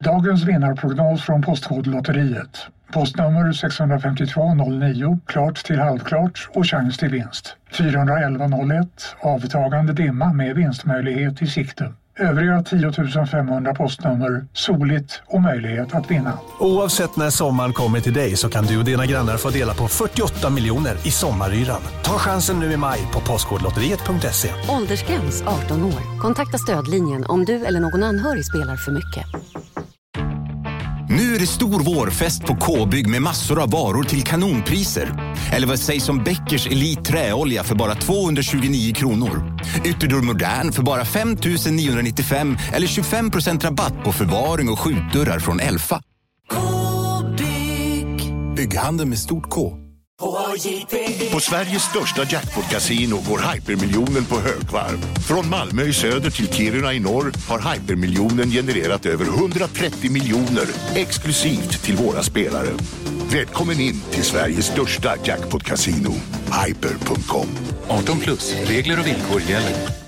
Dagens vinnarprognos från Postkodlotteriet. Postnummer 65209, klart till halvklart och chans till vinst. 41101, avtagande dimma med vinstmöjlighet i sikte. Övriga 10 500 postnummer, soligt och möjlighet att vinna. Oavsett när sommaren kommer till dig så kan du och dina grannar få dela på 48 miljoner i sommaryran. Ta chansen nu i maj på postkodlotteriet.se. Åldersgräns 18 år. Kontakta stödlinjen om du eller någon anhörig spelar för mycket. Nu är det stor vårfest på K-bygg med massor av varor till kanonpriser. Eller vad sägs om Bäckers Elite träolja för bara 229 kronor. Ytterdörr Modern för bara 5 995 eller 25% rabatt på förvaring och skjutdörrar från Elfa. K-bygg. Bygghandeln med stort K. På Sveriges största jackpot-casino går hypermiljonen på högvarv. Från Malmö i söder till Kiruna i norr har hypermiljonen genererat över 130 miljoner exklusivt till våra spelare. Välkommen in till Sveriges största jackpot-casino, hyper.com. 18 plus, regler och villkor gäller.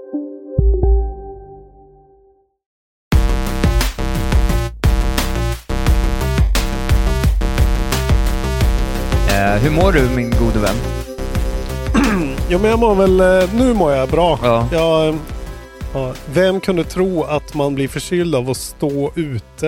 Hur mår du, min gode vän? Ja, men jag mår väl... Nu mår jag bra. Ja. Vem kunde tro att man blir förkyld av att stå ute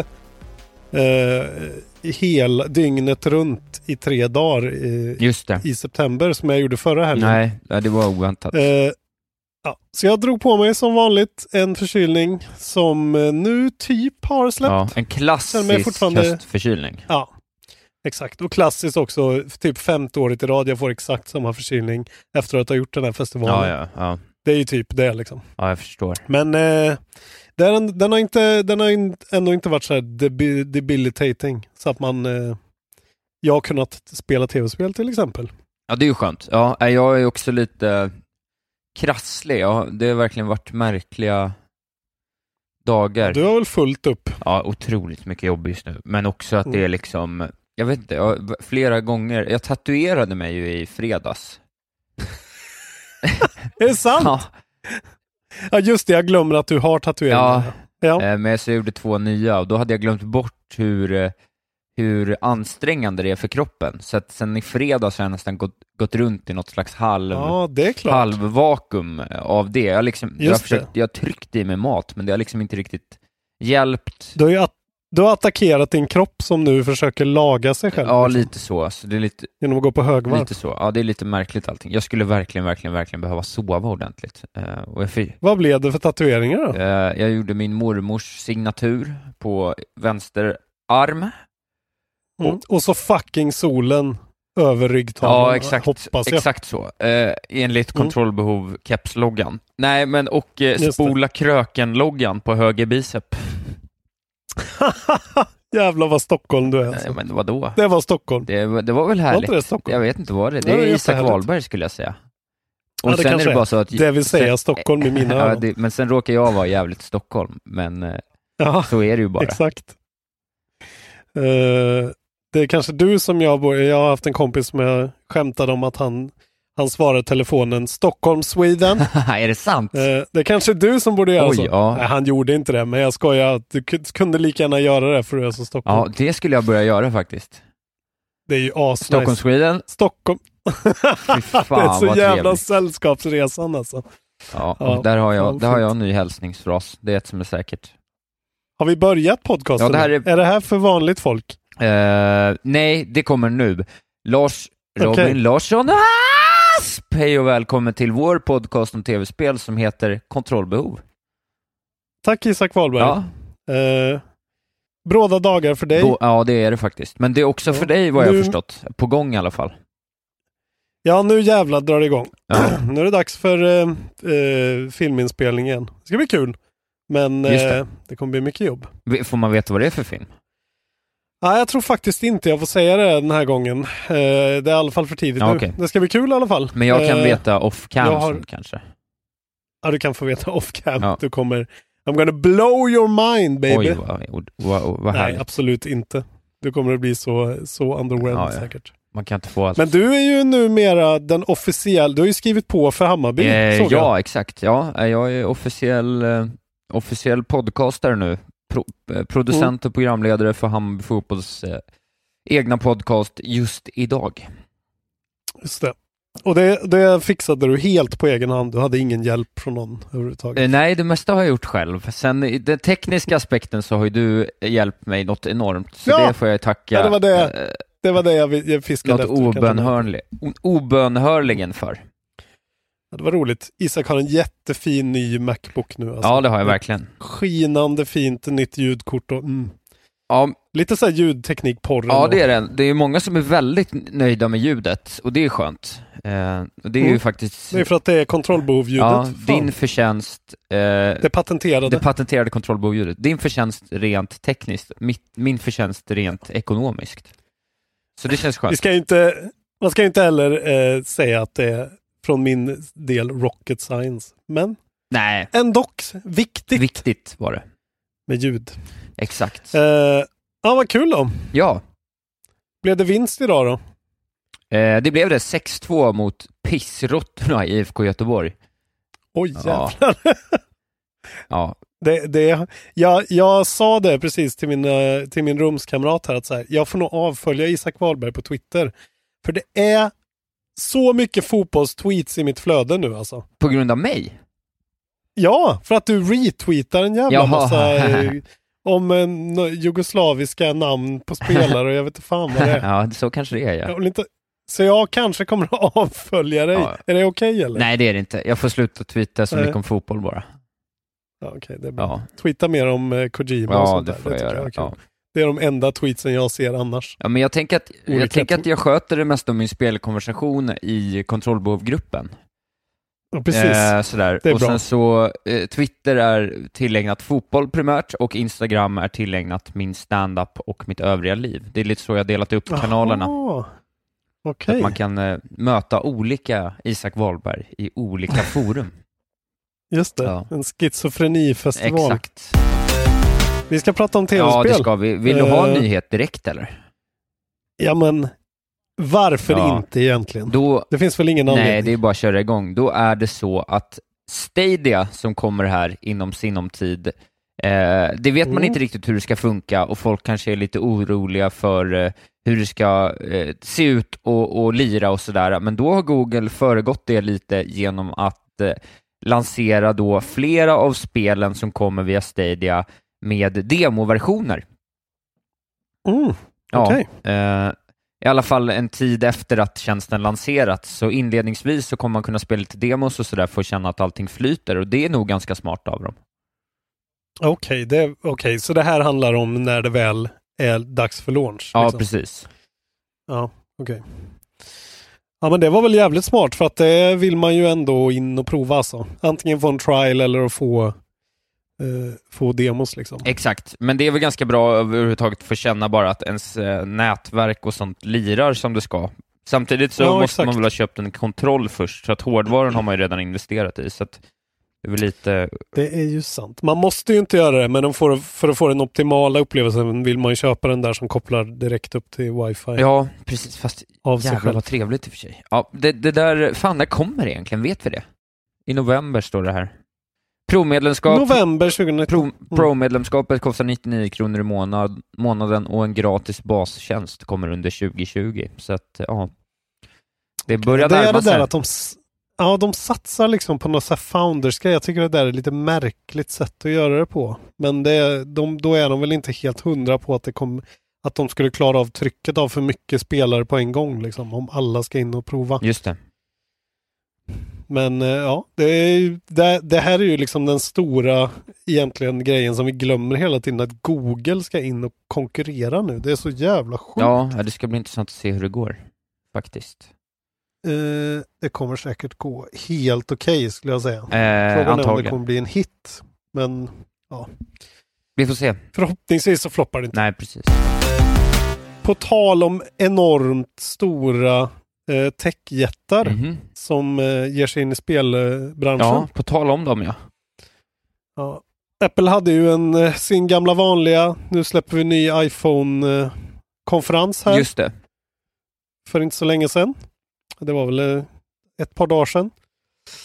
hela dygnet runt i 3 dagar i september som jag gjorde förra helgen? Nej, det var oväntat. Så jag drog på mig som vanligt en förkylning som nu typ har släppt. Ja, en klassisk höstförkylning. Ja. Exakt, och klassiskt också, typ 5:e året i rad jag får exakt samma förkylning efter att ha gjort den här festivalen. Ja. Det är ju typ det liksom. Ja, jag förstår. Men den har ändå inte varit så här debilitating så att jag har kunnat spela tv-spel till exempel. Ja, det är ju skönt. Ja, jag är också lite krasslig. Ja, det har verkligen varit märkliga dagar. Du har väl fullt upp? Ja, otroligt mycket jobb just nu. Men också att det är liksom... Jag vet inte, flera gånger. Jag tatuerade mig ju i fredags. Är det sant? Ja, just det. Jag glömmer att du har tatueringar. Ja. Men så jag gjorde 2 nya och då hade jag glömt bort hur ansträngande det är för kroppen. Så att sen i fredags har jag nästan gått runt i något slags halvvakuum av det. Jag tryckte i mig mat, men det har liksom inte riktigt hjälpt. Du har attackerat din kropp som nu försöker laga sig själv. Ja, lite så. Så det är lite, genom att gå på högvarv. Lite så. Ja, det är lite märkligt allting. Jag skulle verkligen behöva sova ordentligt. Vad blev det för tatueringar då? Jag gjorde min mormors signatur på vänster arm. Och så fucking solen över ryggtavlan. Ja, exakt så. Enligt kontrollbehov kepsloggan. Nej, men och spola kröken-loggan på höger bicep. Jävlar vad Stockholm du är. Alltså. Nej, men vadå? Det var Stockholm. Det var väl härligt. Var inte det jag vet inte vad det är. Det är Isak Wahlberg skulle jag säga. Och ja, sen är det bara så att... Det vill säga Stockholm i mina ögon. Men sen råkar jag vara jävligt Stockholm. Men så är det ju bara. Exakt. Det är kanske du som jag har haft en kompis som jag skämtade om att han svarar telefonen Stockholm, Sweden. Är det sant? Det är kanske du som borde göra så. Ja. Nej, han gjorde inte det, men jag skojar. Du kunde lika gärna göra det för du är så Stockholm. Ja, det skulle jag börja göra faktiskt. Det är ju asnice. Stockholm, Sweden. Stockholm. Fy fan, det är så jävla trevligt. Sällskapsresan alltså. Ja, där har jag en ny hälsningsfras. Det är ett som är säkert. Har vi börjat podcasten? Ja, är det här för vanligt folk? Nej, det kommer nu. Robin Larsson Asp! Hej och välkommen till vår podcast om tv-spel som heter Kontrollbehov. Tack Isak Wahlberg. Ja. Bråda dagar för dig. Ja, det är det faktiskt. Men det är också för dig, vad jag har förstått. På gång i alla fall. Ja, nu jävlar drar det igång. Ja. Nu är det dags för filminspelning igen. Det ska bli kul. Men det kommer bli mycket jobb. Får man veta vad det är för film? Ja, jag tror faktiskt inte jag får säga det den här gången. Det är i alla fall för tidigt nu. Det ska bli kul i alla fall. Men jag kan veta off-cam kanske. Ja, du kan få veta off-cam. Ja. Du kommer... I'm gonna blow your mind, baby. Oj, vad nej, absolut inte. Du kommer att bli så underwhelmed säkert. Man kan inte få allt. Men du är ju numera den officiell... Du har ju skrivit på för Hammarby. Ja, exakt. Ja, jag är officiell podcastare nu. producent och programledare för Hammarby Fotbolls egna podcast Just idag. Just det. Och det fixade du helt på egen hand. Du hade ingen hjälp från någon överhuvudtaget. Nej, det mesta har jag gjort själv. Sen i den tekniska aspekten så har ju du hjälpt mig något enormt. Så det får jag tacka. Ja, det var det jag fiskade något obönhörligen för. Ja, det var roligt. Isak har en jättefin ny MacBook nu. Alltså. Ja, det har jag verkligen. Skinande fint nytt ljudkort och ja. Lite så här ljudteknikporren. Ja, det är det. Det är många som är väldigt nöjda med ljudet och det är skönt. Och det är ju faktiskt... Det är för att det är kontrollbehov-ljudet. Ja, din förtjänst... det patenterade kontrollbehov-ljudet. Din förtjänst rent tekniskt, min förtjänst rent ekonomiskt. Så det känns skönt. Man ska inte heller säga att det är från min del rocket science. Men nej. Ändå viktigt. Viktigt var det. Med ljud. Exakt. Ja, vad kul då. Ja. Blev det vinst idag då? Det blev det 6-2 mot pissrottorna i IFK Göteborg. Oj, jävlar. Ja. Jag sa det precis till min rumskamrat här att så här, jag får nog avfölja Isak Wahlberg på Twitter. För det är så mycket fotbollstweets i mitt flöde nu alltså. På grund av mig? Ja, för att du retweetar en jävla massa om jugoslaviska namn på spelare och jag vet inte fan vad det är. Ja, så kanske det är, ja. Så jag kanske kommer att avfölja dig. Ja. Är det okej eller? Nej, det är det inte. Jag får sluta tweeta så mycket om fotboll bara. Ja, okej, det är bra. Ja. Tweeta mer om Kojima och sånt där. Det får jag göra. Ja. Det är de enda tweetsen jag ser annars. Ja, men jag tänker att jag sköter det mesta av min spelkonversation i kontrollbehovgruppen. Ja, precis. Sådär. Och bra. Sen så Twitter är tillägnat fotboll primärt och Instagram är tillägnat min stand-up och mitt övriga liv. Det är lite så jag delat upp kanalerna. Okay. Att man kan möta olika Isak Wahlberg i olika forum. Just det, en schizofrenifestival. Exakt. Vi ska prata om tv-spel. Ja, det ska vi. Vill du ha en nyhet direkt eller? Ja, men varför inte egentligen? Det finns väl ingen anledning? Nej, det är bara att köra igång. Då är det så att Stadia som kommer här inom sinom tid, det vet man inte riktigt hur det ska funka och folk kanske är lite oroliga för hur det ska se ut och lira och sådär. Men då har Google föregått det lite genom att lansera då flera av spelen som kommer via Stadia med demoversioner. Okej. I alla fall en tid efter att tjänsten lanserats. Så inledningsvis så kommer man kunna spela lite demos och sådär för att känna att allting flyter. Och det är nog ganska smart av dem. Okej, så det här handlar om när det väl är dags för launch? Ja, liksom. Precis. Ja, okej. Ja, men det var väl jävligt smart för att det vill man ju ändå in och prova alltså. Antingen få en trial eller att få demos liksom. Exakt, men det är väl ganska bra överhuvudtaget för att känna bara att ens nätverk och sånt lirar som det ska. Samtidigt så måste man väl ha köpt en kontroll först, så att hårdvaran har man ju redan investerat i, så att det är väl lite... Det är ju sant. Man måste ju inte göra det, men för att få den optimala upplevelsen vill man ju köpa den där som kopplar direkt upp till wifi. Ja, precis, fast jävlar vad trevligt i och för sig. Ja, det där, fan, när kommer det egentligen? Vet vi det? I november står det här. November 2019. Pro-medlemskapet kostar 99 kronor i månaden och en gratis bastjänst kommer under 2020. Så att, ja. Det börjar närma sig. Det är det där att de satsar liksom på något så här founders-grej. Jag tycker det där är lite märkligt sätt att göra det på. Men då är de väl inte helt 100 på att de skulle klara av trycket av för mycket spelare på en gång liksom, om alla ska in och prova. Just det. Men ja, det här är ju liksom den stora egentligen grejen som vi glömmer hela tiden, att Google ska in och konkurrera nu. Det är så jävla sjukt. Ja, det ska bli intressant att se hur det går faktiskt. Det kommer säkert gå helt okej, skulle jag säga. Frågan är om det kommer bli en hit. Men ja. Vi får se. Förhoppningsvis så floppar det inte. Nej, precis. På tal om enormt stora techjättar som ger sig in i spelbranschen. Ja, på tal om dem, ja. Apple hade ju sin gamla vanliga, nu släpper vi en ny iPhone-konferens här. Just det. För inte så länge sedan. Det var väl ett par dagar sedan.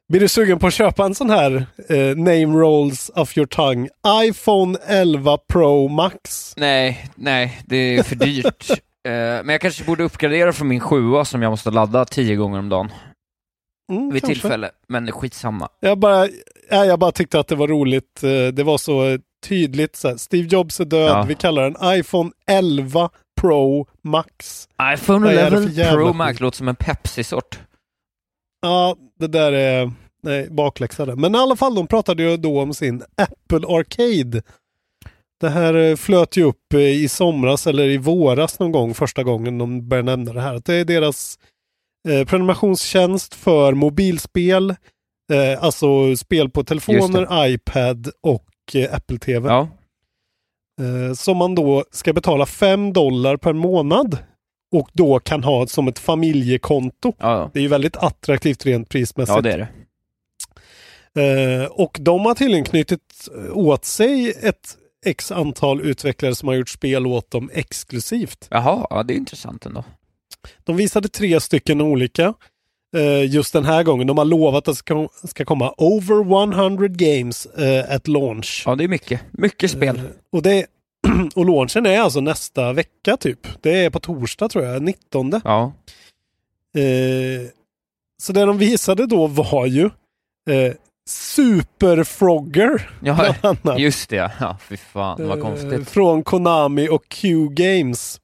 Blir du sugen på att köpa en sån här name rolls off your tongue? iPhone 11 Pro Max? Nej, det är för dyrt. Men jag kanske borde uppgradera från min 7 som jag måste ladda 10 gånger om dagen. Vid kanske. tillfälle, men skitsamma. Jag bara tyckte att det var roligt. Det var så tydligt. Så här, Steve Jobs är död. Ja. Vi kallar den iPhone 11 Pro Max. iPhone 11 Pro Max låter som en Pepsi-sort. Ja, det där är bakläxade. Men i alla fall, de pratade ju då om sin Apple Arcade. Det här flöt ju upp i somras eller i våras någon gång, första gången de började nämna det här. Att det är deras prenumerationstjänst för mobilspel, alltså spel på telefoner, iPad och Apple TV. Ja. Som man då ska betala $5 per månad och då kan ha som ett familjekonto. Ja. Det är ju väldigt attraktivt rent prismässigt. Ja, det är det. Och de har tydligen knutit åt sig ett x antal utvecklare som har gjort spel åt dem exklusivt. Jaha, ja, det är intressant ändå. De visade 3 stycken olika just den här gången. De har lovat att det ska komma over 100 games at launch. Ja, det är mycket spel. Och launchen är alltså nästa vecka typ. Det är på torsdag tror jag, 19. Ja. Så det de visade då var ju Super Frogger. Ja, just det. Ja, fy fan, vad konstigt. Från Konami och Q Games.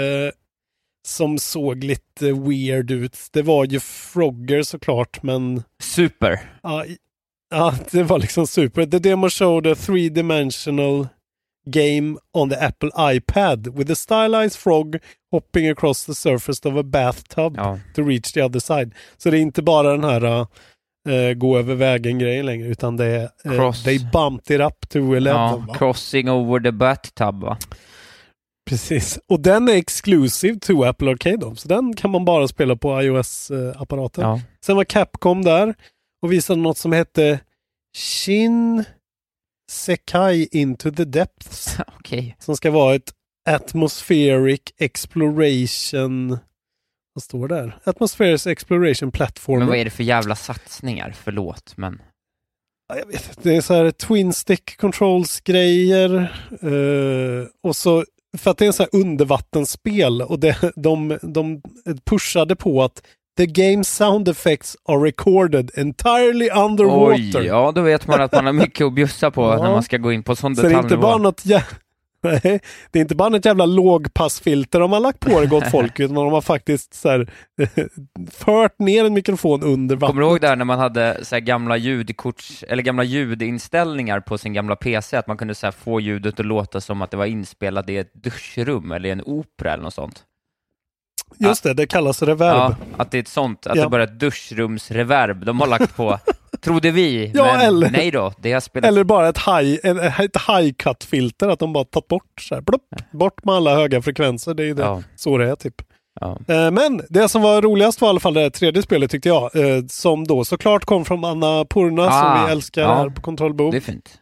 Som såg lite weird ut. Det var ju Frogger såklart, men... Super. Ja, det var liksom super. The demo showed a 3-dimensional game on the Apple iPad with a stylized frog hopping across the surface of a bathtub to reach the other side. Så det är inte bara den här gå över vägen-grejen längre, utan det är they bumped it up to 11. Ja, crossing over the bathtub, va? Precis. Och den är exclusive to Apple Arcade då. Så den kan man bara spela på iOS-apparaten. Ja. Sen var Capcom där och visade något som hette Shin Sekai Into the Depths. Okay. Som ska vara ett atmospheric exploration... Vad står där? Atmospheric exploration platform. Men vad är det för jävla satsningar? Förlåt, men... Jag vet inte. Det är så här twin stick controls grejer. Och så för att det är en så här undervattensspel och de pushade på att the game sound effects are recorded entirely underwater. Oj, ja, då vet man att man har mycket att bjussa på när man ska gå in på sån detaljnivå. Så det är inte bara något nej, det är inte bara ett jävla lågpassfilter de har lagt på det gott folk, utan de har faktiskt så här, fört ner en mikrofon under vattnet. Kommer du ihåg där när man hade så här gamla ljudkorts eller gamla ljudinställningar på sin gamla PC, att man kunde så här få ljudet att låta som att det var inspelat i ett duschrum eller en opera eller något sånt? Just det kallas reverb. Ja, att det är ett sånt, att det bara är ett duschrumsreverb de har lagt på. Trodde vi, ja, men eller, nej då. Det har spelat... Eller bara ett high-cut-filter, att de bara tagit bort så här, bort med alla höga frekvenser. Det är det, så det är typ. Ja. Men det som var roligast var i alla fall det tredje spelet tyckte jag, som då såklart kom från Annapurna som vi älskar här på Kontrollbo. Det är fint.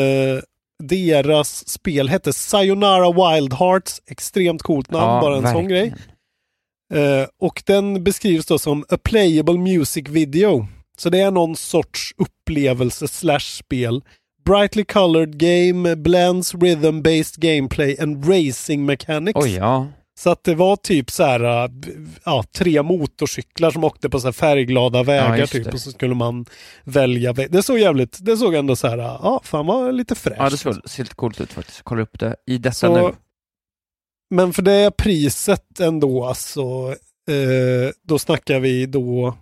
Deras spel hette Sayonara Wild Hearts, extremt coolt namn, bara en verkligen. sån grej. Och den beskrivs då som a playable music video. Så det är någon sorts upplevelse /spel. Brightly colored game, blends rhythm-based gameplay and racing mechanics. Oj, ja. Så att det var typ så här, 3 motorcyklar som åkte på så här färgglada vägar typ, och så skulle man välja. Det såg ändå så här, fan var lite fräscht. Ja, det såg lite coolt ut faktiskt. Kolla upp det i detta nu. Men för det priset ändå, alltså, då snackar vi då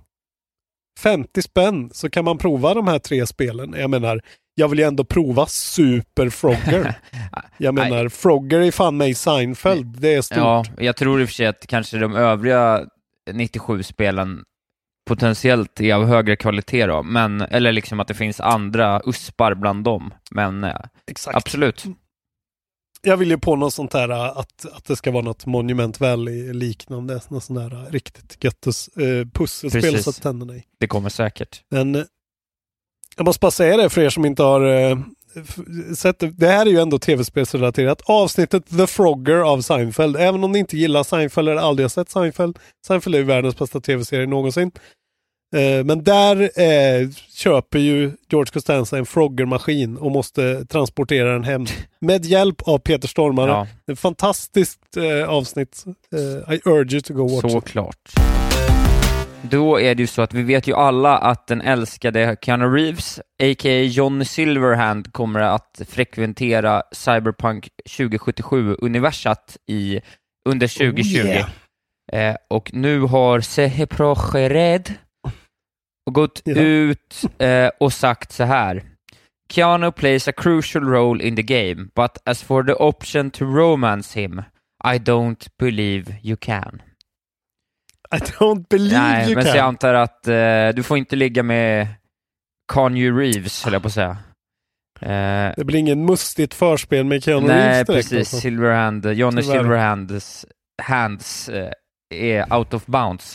50 spänn, så kan man prova de här 3 spelen. Jag menar, jag vill ju ändå prova Super Frogger. Jag menar, Frogger är fan med i Seinfeld. Det är stort. Ja, jag tror i och för sig att kanske de övriga 97 spelen potentiellt är av högre kvalitet då, men, eller liksom att det finns andra uspar bland dem. Men exakt. Absolut. Jag vill ju på något sånt här att det ska vara något Monument Valley liknande, något sånt där riktigt gött pusselspel så att tänderna i. Det kommer säkert. Men jag måste bara säga det för er som inte har sett det. Det här är ju ändå tv-spelsrelaterat. Avsnittet The Frogger av Seinfeld. Även om ni inte gillar Seinfeld eller aldrig har sett Seinfeld. Seinfeld är ju världens bästa tv-serie någonsin. Men där köper ju George Costanza en Frogger-maskin och måste transportera den hem med hjälp av Peter Stormare. Ja. Ett fantastiskt avsnitt. I urge you to go watch it. Såklart. Då är det ju så att vi vet ju alla att den älskade Keanu Reeves, a.k.a. Johnny Silverhand, kommer att frekventera Cyberpunk 2077-universat under 2020. Och nu har Sehe Prochered gått ut och sagt så här: Keanu plays a crucial role in the game, but as for the option to romance him, I don't believe you can. I don't believe Nej, you men can. så jag antar att du får inte ligga med Keanu Reeves, höll jag på att säga. Det blir ingen mustigt förspel med Keanu Reeves direkt. Nej, precis. Alltså. Johnny Silverhands hands är out of bounds.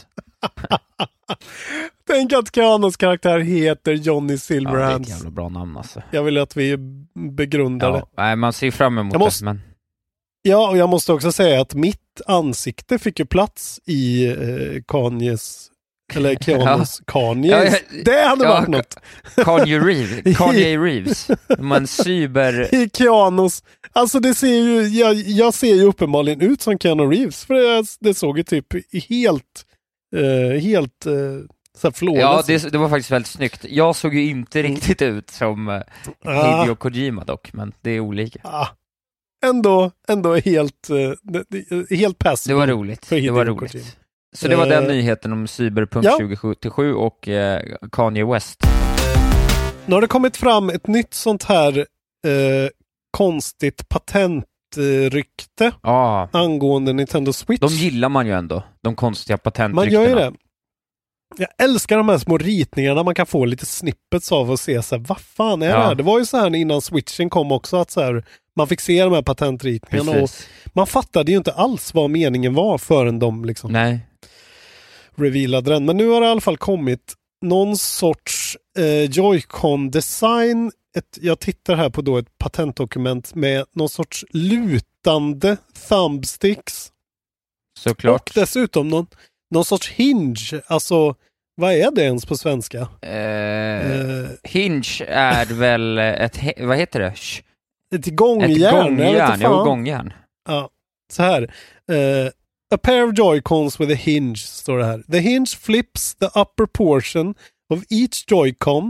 Tänk att Keanus karaktär heter Johnny Silverhands. Ja, det är ett jävla bra namn alltså. Jag vill att vi begrundar det. Nej, man ser fram emot det. Men... Ja, och jag måste också säga att mitt ansikte fick ju plats i Kanyes, eller Keanus, Kanyes. Det hade varit något. Kanye Reeves. Man cyber... I Keanus. Alltså det ser ju, jag ser ju uppenbarligen ut som Keanu Reeves. För det såg ju typ helt så flawless. Ja, det var faktiskt väldigt snyggt. Jag såg ju inte riktigt ut som Hideo Kojima dock, men det är olika. Ändå helt passiv. Det var roligt. Kojima. Så det var den nyheten om Cyberpunk 2077 och Kanye West. Nu har det kommit fram ett nytt sånt här konstigt patentrykte angående Nintendo Switch. De gillar man ju ändå, de konstiga patentryktena. Man gör ju det. Jag älskar de här små ritningarna man kan få lite snippets av och se så här, vad fan är det här? Det var ju så här innan Switchen kom också att så här, man fick se de här patentritningarna. Precis. Och man fattade ju inte alls vad meningen var förrän de liksom revealade den. Men nu har det i alla fall kommit någon sorts Joy-Con-design. Jag tittar här på då ett patentdokument med någon sorts lutande thumbsticks. Såklart. Och dessutom någon sorts hinge. Alltså, vad är det ens på svenska? Hinge är väl vad heter det? Ett gångjärn. Gångjärn. Ja, så här. A pair of Joy-Cons with a hinge, står det här. The hinge flips the upper portion of each Joy-Con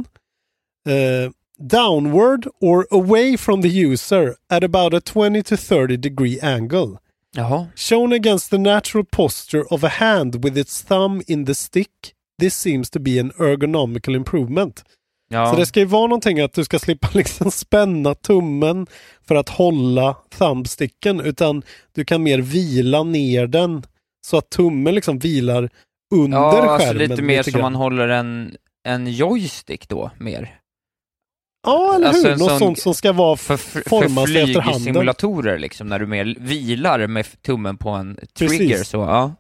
downward or away from the user at about a 20 to 30 degree angle. Jaha. Shown against the natural posture of a hand with its thumb in the stick, this seems to be an ergonomical improvement. Ja. Så det ska ju vara någonting att du ska slippa liksom spänna tummen för att hålla thumbsticken, utan du kan mer vila ner den så att tummen liksom vilar under skärmen. Alltså lite mer som man håller en joystick då, mer. Ja, eller alltså hur? Något sånt som ska vara formas efter handen. Simulatorer liksom, när du mer vilar med tummen på en trigger. Precis.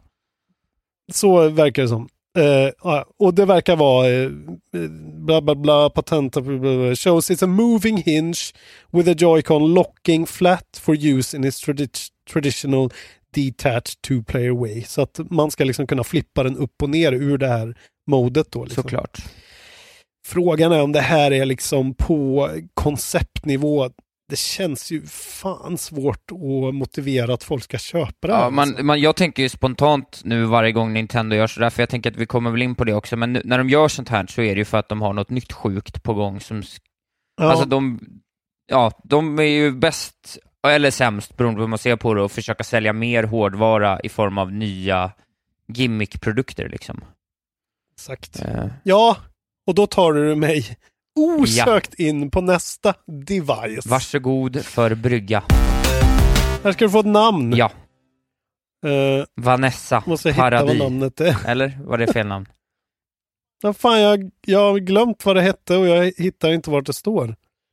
Så verkar det som. Och det verkar vara bla bla bla patent shows it's a moving hinge with a Joy-Con locking flat for use in its traditional detached two-player way. Så att man ska liksom kunna flippa den upp och ner ur det här modet då. Liksom. Såklart. Frågan är om det här är liksom på konceptnivå. Det känns ju fan svårt att motivera att folk ska köpa det här. Ja, jag tänker ju spontant nu varje gång Nintendo gör så där, för jag tänker att vi kommer väl in på det också, men nu, när de gör sånt här så är det ju för att de har något nytt sjukt på gång som... Alltså de är ju bäst, eller sämst, beroende på hur man ser på det, och försöka sälja mer hårdvara i form av nya gimmickprodukter liksom. Exakt. Ja, och då tar du mig osökt in på nästa device. Varsågod för brygga. Här ska du få ett namn. Ja. Vanessa måste hitta Paradis. Vad namnet är. Eller var det fel namn? Ja, fan, jag har glömt vad det hette och jag hittar inte vart det står.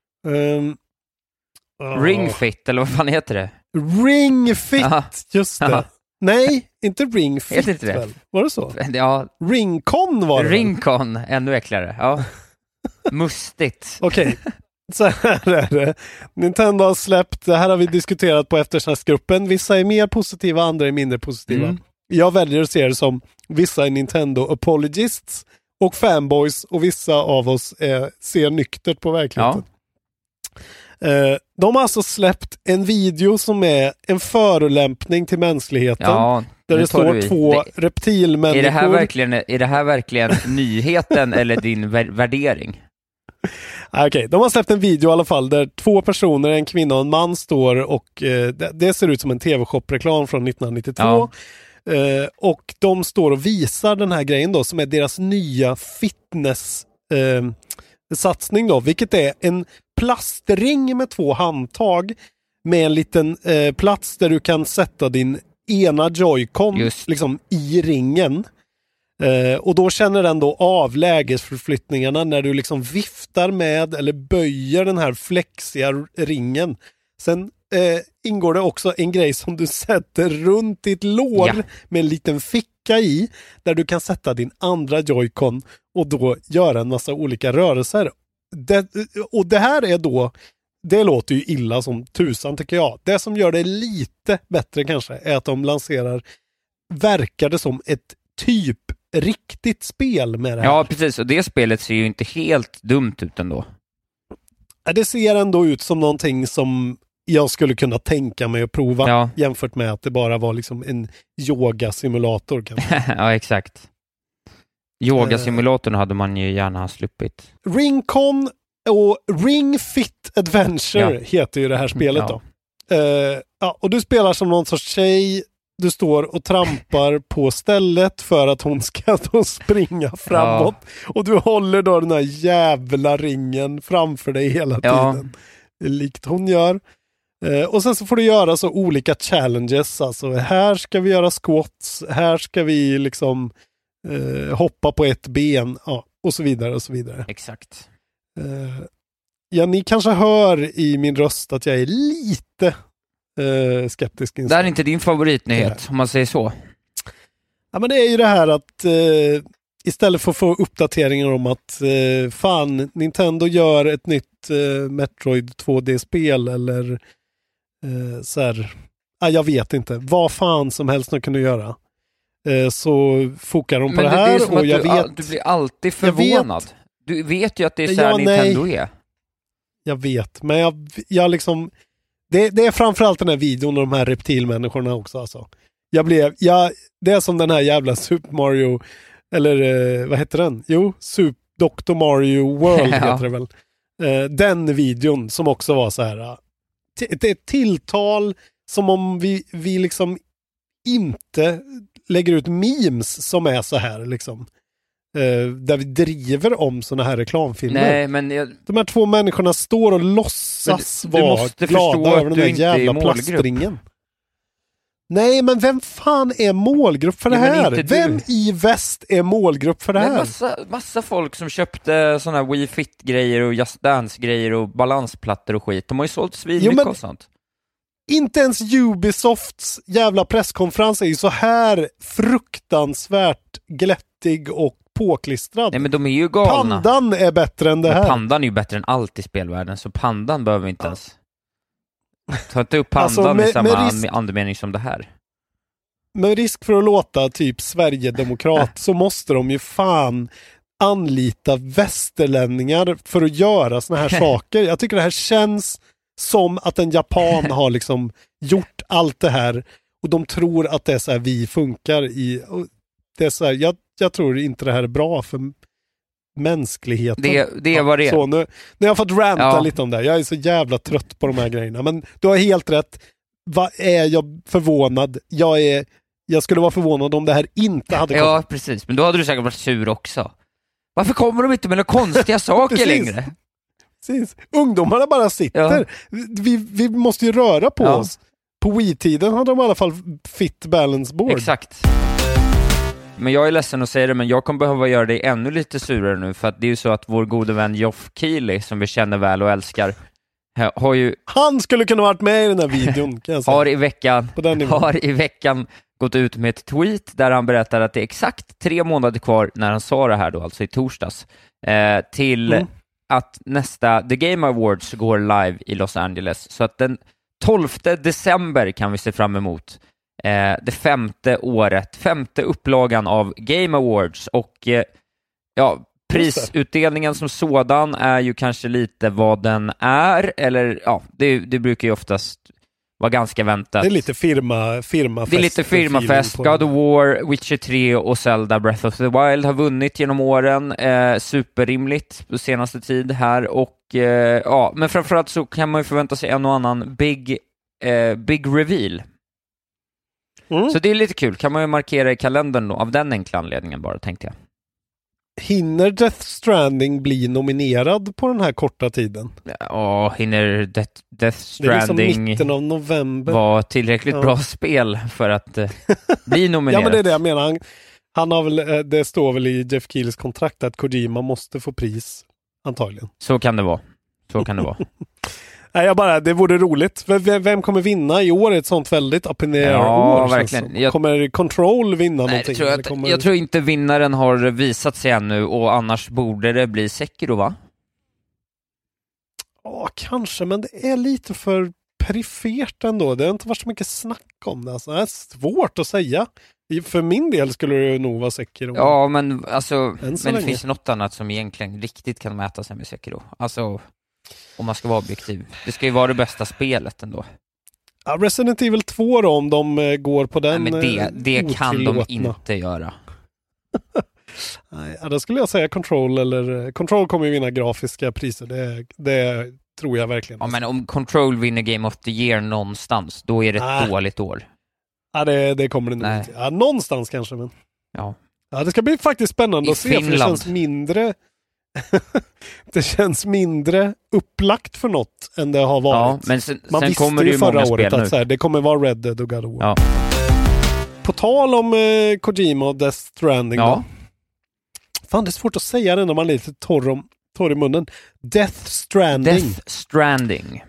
Ring Fit, eller vad fan heter det? Ring Fit, just det. Aha. Nej, inte Ring Fit. Inte det. Var det så? Ja. Ringcon var det. Ringcon, ännu äcklare. Ja. Mustigt. Okej, så här är det. Nintendo har släppt, det här har vi diskuterat på eftersnacksgruppen. Vissa är mer positiva, andra är mindre positiva. Jag väljer att se det som vissa är Nintendo apologists och fanboys och vissa av oss ser nyktert på verkligheten. De har alltså släppt en video som är en förolämpning till mänskligheten. Ja, där det står två reptilmänniskor. Är det här verkligen nyheten eller din värdering? Okej, de har släppt en video i alla fall där två personer, en kvinna och en man står och det ser ut som en TV-shop-reklam från 1992. Ja. Och de står och visar den här grejen då som är deras nya fitness satsning då, vilket är en plastring med 2 handtag med en liten plats där du kan sätta din ena Joy-Con liksom i ringen. Och då känner den då av lägesförflyttningarna när du liksom viftar med eller böjer den här flexiga ringen. Sen ingår det också en grej som du sätter runt ditt lår med en liten ficka i där du kan sätta din andra Joy-Con och då göra en massa olika rörelser. Det här är då, det låter ju illa som tusan tycker jag. Det som gör det lite bättre kanske är att de verkar det som ett typ riktigt spel med det här. Ja, precis. Och det spelet ser ju inte helt dumt ut ändå. Det ser ändå ut som någonting som jag skulle kunna tänka mig att prova jämfört med att det bara var liksom en yogasimulator kanske. Ja, exakt. Yogasimulatorn hade man ju gärna sluppit. Ringcon och Ring Fit Adventure heter ju det här spelet då. Och du spelar som någon sorts tjej. Du står och trampar på stället för att hon ska då springa framåt. Och du håller då den här jävla ringen framför dig hela tiden. Likt hon gör. Och sen så får du göra så olika challenges. Alltså här ska vi göra squats. Här ska vi liksom hoppa på ett ben. Ja, och så vidare och så vidare. Exakt. Ni kanske hör i min röst att jag är lite skeptisk. Det är inte din favoritnyhet, om man säger så. Ja, men det är ju det här att istället för att få uppdateringar om att Nintendo gör ett nytt Metroid 2D-spel eller så här, jag vet inte, vad fan som helst de kunde göra. Så fokar de på det här. Det och jag du blir alltid förvånad. Du vet ju att det är så här Nintendo är. Jag vet, men jag liksom det är framförallt den här videon och de här reptilmänniskorna också alltså. Det är som den här jävla Super Mario eller vad heter den? Jo, Dr. Mario World heter det väl. Den videon som också var så här det är ett tilltal som om vi liksom inte lägger ut memes som är så här liksom. Där vi driver om såna här reklamfilmer. Nej, men de här 2 människorna står och låtsas vara glada över den där jävla plastringen. Nej, men vem fan är målgrupp för det här? Vem i väst är målgrupp för det här? Massa folk som köpte såna här Wii Fit-grejer och Just Dance-grejer och balansplattor och skit. De har ju sålt svinmycket och sånt. Inte ens Ubisofts jävla presskonferens är ju så här fruktansvärt glättig och påklistrad. Nej, men de är ju galna. Pandan är bättre än det här. Pandan är ju bättre än allt i spelvärlden, så pandan behöver vi inte ens. Ta inte upp pandan alltså, med samma andemening som det här. Med risk för att låta typ Sverigedemokrat så måste de ju fan anlita västerlänningar för att göra såna här saker. Jag tycker det här känns som att en japan har liksom gjort allt det här och de tror att det är så här vi funkar i. Och det är så här, jag tror inte det här är bra för mänskligheten. Det är vad det är. Så, nu har jag fått ranta lite om det. Jag är så jävla trött på de här grejerna. Men du har helt rätt. Vad är jag förvånad? Jag skulle vara förvånad om det här inte hade kommit. Ja, precis. Men då hade du säkert varit sur också. Varför kommer de inte med några konstiga saker längre? Precis. Ungdomarna bara sitter. Ja. Vi måste ju röra på oss. På Wii-tiden hade de i alla fall fit balance board. Exakt. Men jag är ledsen att säga det, men jag kommer behöva göra det ännu lite surare nu, för att det är ju så att vår gode vän Geoff Keighley, som vi känner väl och älskar, har ju... Han skulle kunna varit med i den här videon, kan jag säga. har i veckan gått ut med ett tweet där han berättar att det är exakt 3 månader kvar när han sa det här då, alltså i torsdags, till att nästa The Game Awards går live i Los Angeles. Så att den 12 december kan vi se fram emot det 5:e upplagan av Game Awards, och ja, prisutdelningen som sådan är ju kanske lite vad den är, eller ja, det brukar ju oftast vara ganska väntat. Det är lite firmafest. Det är lite firmafest. God of War, Witcher 3 och Zelda Breath of the Wild har vunnit genom åren. Superrimligt på senaste tid här. Och ja, men framförallt så kan man ju förvänta sig en och annan big reveal. Så det är lite kul. Kan man ju markera i kalendern då, av den enkla anledningen bara, tänkte jag. Hinner Death Stranding bli nominerad på den här korta tiden? Ja, hinner Death Stranding, det är liksom mitten av november, var tillräckligt bra spel för att bli nominerad? Ja, men det är det jag menar. Han har väl, det står väl i Jeff Keelys kontrakt att Kojima måste få pris, antagligen. Så kan det vara. Nej, det vore roligt. Vem kommer vinna i år? Ett sånt väldigt up in the air år. Verkligen. Kommer Control vinna någonting? Jag tror inte vinnaren har visat sig ännu, och annars borde det bli Sekiro, va? Ja, kanske, men det är lite för perifert ändå. Det har inte varit så mycket snack om det. Alltså, det är svårt att säga. För min del skulle det nog vara Sekiro. Ja, men alltså, det finns något annat som egentligen riktigt kan mäta sig med Sekiro. Alltså, om man ska vara objektiv. Det ska ju vara det bästa spelet ändå. Ja, Resident Evil 2 då, om de går på den. Nej, men det kan de inte göra. Nej, då skulle jag säga Control, eller Control kommer ju vinna grafiska priser. Det tror jag verkligen. Ja, men om Control vinner Game of the Year någonstans, då är det ett dåligt år. Ja, det kommer det nog inte. Ja, någonstans kanske, men. Ja, det ska bli faktiskt spännande att se, Finland. för det känns mindre det känns mindre upplagt för något än det har varit. Ja, men man sen visste kommer det ju förra många året spel att så här, det kommer vara Red Dead och God of War. Ja. På tal om Kojima och Death Stranding då. Fan, det är svårt att säga det när man är lite torr i munnen. Death Stranding.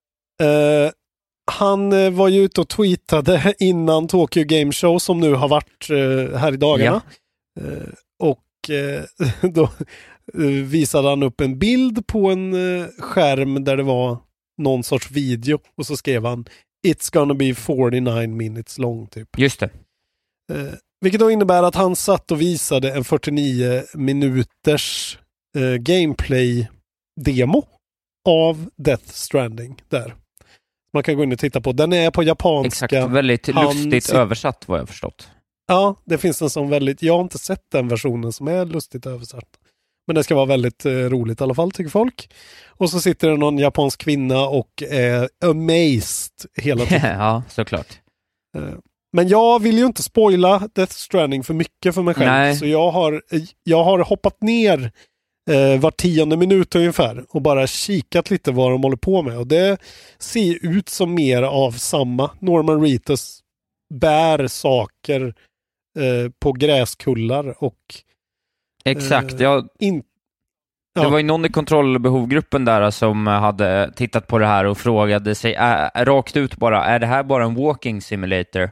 Han var ju ute och tweetade innan Tokyo Game Show, som nu har varit här i dagarna. Och då visade han upp en bild på en skärm där det var någon sorts video, och så skrev han "It's gonna be 49 minutes long", typ. Just det. Vilket då innebär att han satt och visade en 49 minuters gameplay-demo av Death Stranding där. Man kan gå in och titta på. Den är på japanska. Exakt, väldigt lustigt översatt, vad jag förstått. Ja, det finns en sån väldigt... Jag har inte sett den versionen som är lustigt översatt. Men det ska vara väldigt roligt i alla fall, tycker folk. Och så sitter det någon japansk kvinna och är amazed hela tiden. Ja, såklart. Men jag vill ju inte spoila Death Stranding för mycket för mig själv. Nej. Så jag har hoppat ner var 10:e minut ungefär och bara kikat lite vad de håller på med. Och det ser ut som mer av samma. Norman Reedus bär saker på gräskullar och exakt, det var ju någon i kontrollbehovgruppen där som hade tittat på det här och frågade sig rakt ut bara, är det här bara en walking simulator?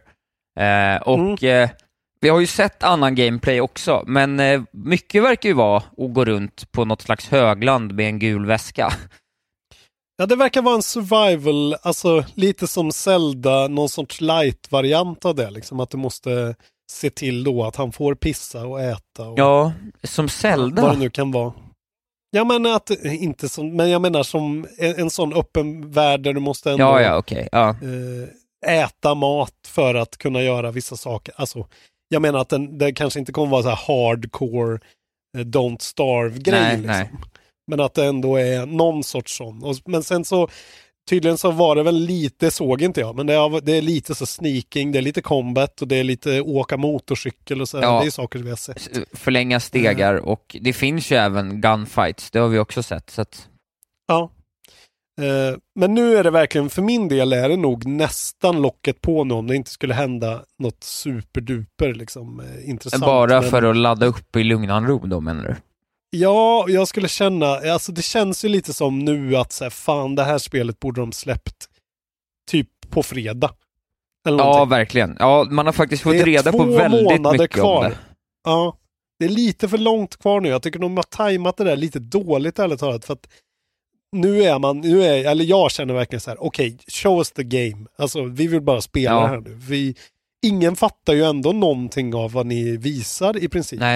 Vi har ju sett annan gameplay också, men mycket verkar ju vara att gå runt på något slags högland med en gul väska. Ja, det verkar vara en survival, alltså lite som Zelda, någon sorts light-variant av det, liksom att du måste se till då att han får pissa och äta. Och ja, som Zelda. Vad det nu kan vara. Jag menar att, inte som, men jag menar som en sån öppen värld där du måste ändå äta mat för att kunna göra vissa saker. Alltså, jag menar att det kanske inte kommer vara så här hardcore don't starve-grej. Liksom. Nej. Men att det ändå är någon sorts sån. Men sen så tydligen så var det väl lite, såg inte jag, men det är lite så sneaking, det är lite combat och det är lite åka motorcykel och så. Ja, det är saker vi har sett. Förlänga stegar och det finns ju även gunfights, det har vi också sett. Så att... Ja. Men nu är det verkligen, för min del är det nog nästan locket på nu om det inte skulle hända något superduper liksom intressant. Bara för att ladda upp i lugnan ro då, menar du? Ja, jag skulle känna, alltså det känns ju lite som nu att så här, fan, det här spelet borde de släppt typ på fredag. Eller ja, verkligen. Ja, man har faktiskt fått reda på väldigt mycket kvar. om det. Ja, det är lite för långt kvar nu. Jag tycker de har tajmat det där lite dåligt, ärligt talat, för att eller jag känner verkligen så här, okej, show us the game. Alltså, vi vill bara spela det här nu. Ingen fattar ju ändå någonting av vad ni visar i princip. Nej.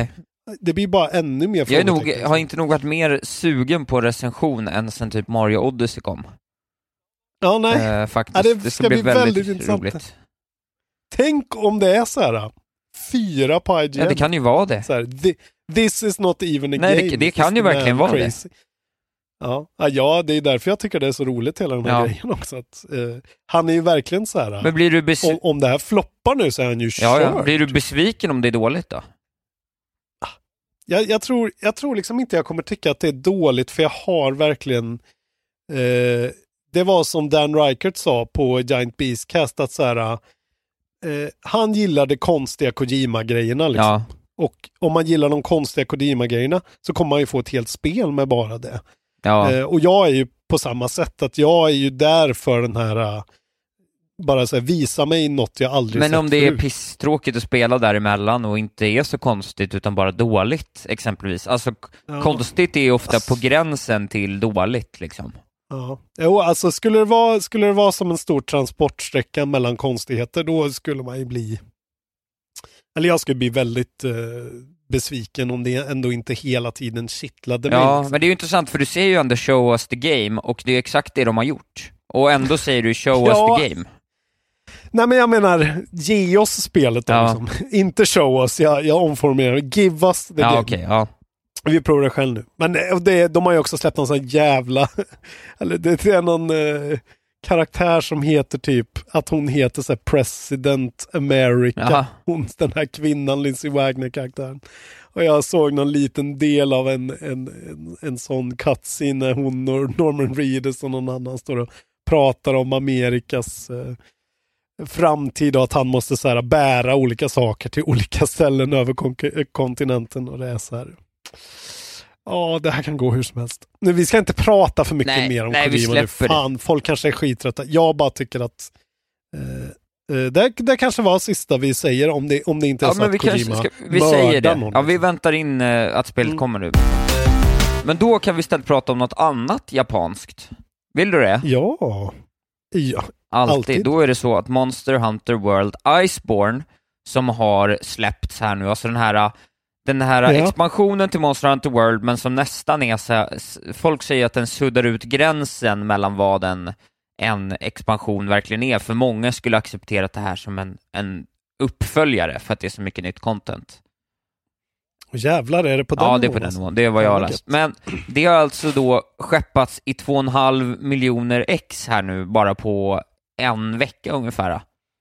det blir bara ännu mer jag har inte nog varit mer sugen på recension än sen typ Mario Odyssey kom. Ja, nej. Faktiskt. Ja, det ska bli väldigt intressant. Roligt. Tänk om det är så här 4 på IGN. Ja, det kan ju vara det. Så här, this is not even a nej, game. Det kan ju verkligen vara crazy. Det. Ja, det är därför jag tycker det är så roligt hela den här grejen också. Att, han är ju verkligen så här. Men blir du om det här floppar nu så är han ju körd. Ja. Blir du besviken om det är dåligt då? Jag tror liksom inte jag kommer tycka att det är dåligt, för jag har verkligen det var som Dan Reichert sa på Giant Beastcast, att så här, han gillade konstiga Kojima-grejerna liksom. Ja. Och om man gillar de konstiga Kojima-grejerna så kommer man ju få ett helt spel med bara det. Ja. Och jag är ju på samma sätt, att jag är ju där för den här bara så här, visa mig något jag aldrig sett. Men om det är pisstråkigt att spela däremellan och inte är så konstigt utan bara dåligt exempelvis. Alltså konstigt är ofta på gränsen till dåligt liksom. Ja. Jo, alltså skulle det vara som en stor transportsträcka mellan konstigheter, då skulle man ju bli, eller jag skulle bli väldigt besviken om det ändå inte hela tiden kittlade mig. Ja, liksom. Men det är ju intressant, för du säger ju ändå show us the game, och det är exakt det de har gjort. Och ändå säger du show us the game. Nej, men jag menar, ge oss spelet då, liksom. Inte show us, jag omformerar. Give us the game. Okay, ja. Vi provar det själv nu. Men de har ju också släppt någon sån jävla eller det är någon karaktär som heter typ, att hon heter så här President America. Den här kvinnan, Lindsay Wagner-karaktären. Och jag såg någon liten del av en sån cutscene när hon och Norman Reedus och någon annan står och pratar om Amerikas framtid, och att han måste så här bära olika saker till olika ställen över kontinenten, och det är så här. Ja, det här kan gå hur som helst. Nu, vi ska inte prata för mycket mer om Kojima nu. Fan, folk kanske är skittrötta. Jag bara tycker att det kanske var sista vi säger, om det inte är så att Kojima vi säger det. Någon. Ja, vi väntar in att spelet kommer nu. Men då kan vi istället prata om något annat japanskt. Vill du det? Ja. Alltid. Då är det så att Monster Hunter World Iceborne, som har släppts här nu, alltså den här expansionen till Monster Hunter World, men som nästan är så, folk säger att den suddar ut gränsen mellan vad en expansion verkligen är, för många skulle acceptera det här som en uppföljare för att det är så mycket nytt content. Jävlar, är det på den nivån? Ja, det är på den nivån. Det är vad jag har läst. Men det har alltså då skeppats i 2,5 miljoner ex här nu, bara på en vecka ungefär.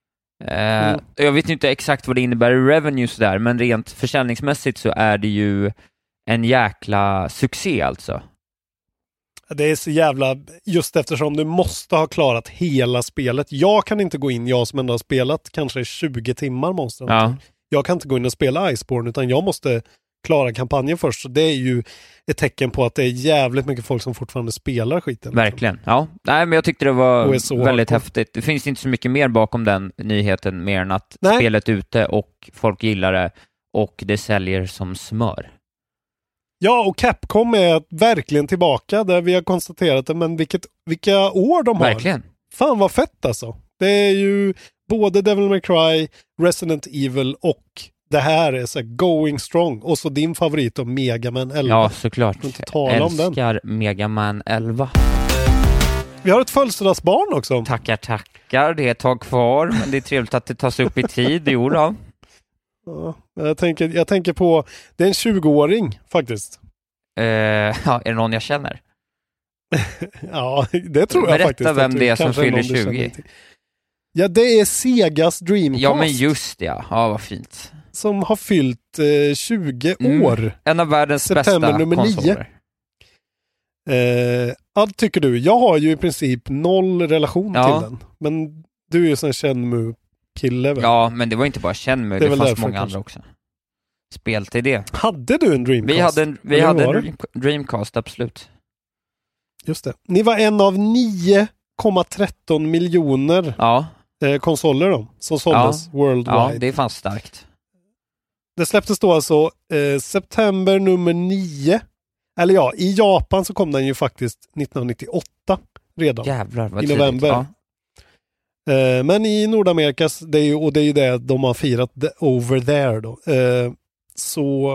Jag vet inte exakt vad det innebär i revenues där, men rent försäljningsmässigt så är det ju en jäkla succé alltså. Det är så jävla, just eftersom du måste ha klarat hela spelet. Jag kan inte gå in, jag som ändå har spelat kanske 20 timmar Monster Hunter. Ja. Jag kan inte gå in och spela Iceborne, utan jag måste klara kampanjen först. Så det är ju ett tecken på att det är jävligt mycket folk som fortfarande spelar skiten. Verkligen, ja. Nej, men jag tyckte det var väldigt häftigt. Det finns inte så mycket mer bakom den nyheten, mer än att spelet är ute och folk gillar det och det säljer som smör. Ja, och Capcom är verkligen tillbaka där vi har konstaterat det, men vilka år de har. Verkligen. Fan vad fett alltså. Det är ju både Devil May Cry, Resident Evil och det här är så här going strong. Och så din favorit om Mega Man 11. Ja, såklart. Jag älskar Mega Man 11. Vi har ett födelsedagsbarn också. Tackar. Det är ett tag kvar, men det är trevligt att det tas upp i tid. Jo då. Ja, jag tänker på, det är en 20-åring faktiskt. Är det någon jag känner? Ja, det tror jag faktiskt. Berätta vem det är som fyller 20. Ja, det är Segas Dreamcast. Ja, men just det. Ja, vad fint. Som har fyllt 20 år. En av världens bästa konsoler. Ja, tycker du. Jag har ju i princip 0 relation till den. Men du är ju sån Shenmue-kille väl? Ja, men det var inte bara Shenmue. Det fanns många andra också. Spel till det. Hade du en Dreamcast? Vi hade en Dreamcast, absolut. Just det. Ni var en av 9,13 miljoner konsoler då, som såldes worldwide. Ja, det är fan starkt. Det släpptes då alltså september nummer 9. Eller ja, i Japan så kom den ju faktiskt 1998 redan. Jävlar, vad i november. Ja. Men i Nordamerika, det är ju det de har firat over there då. Så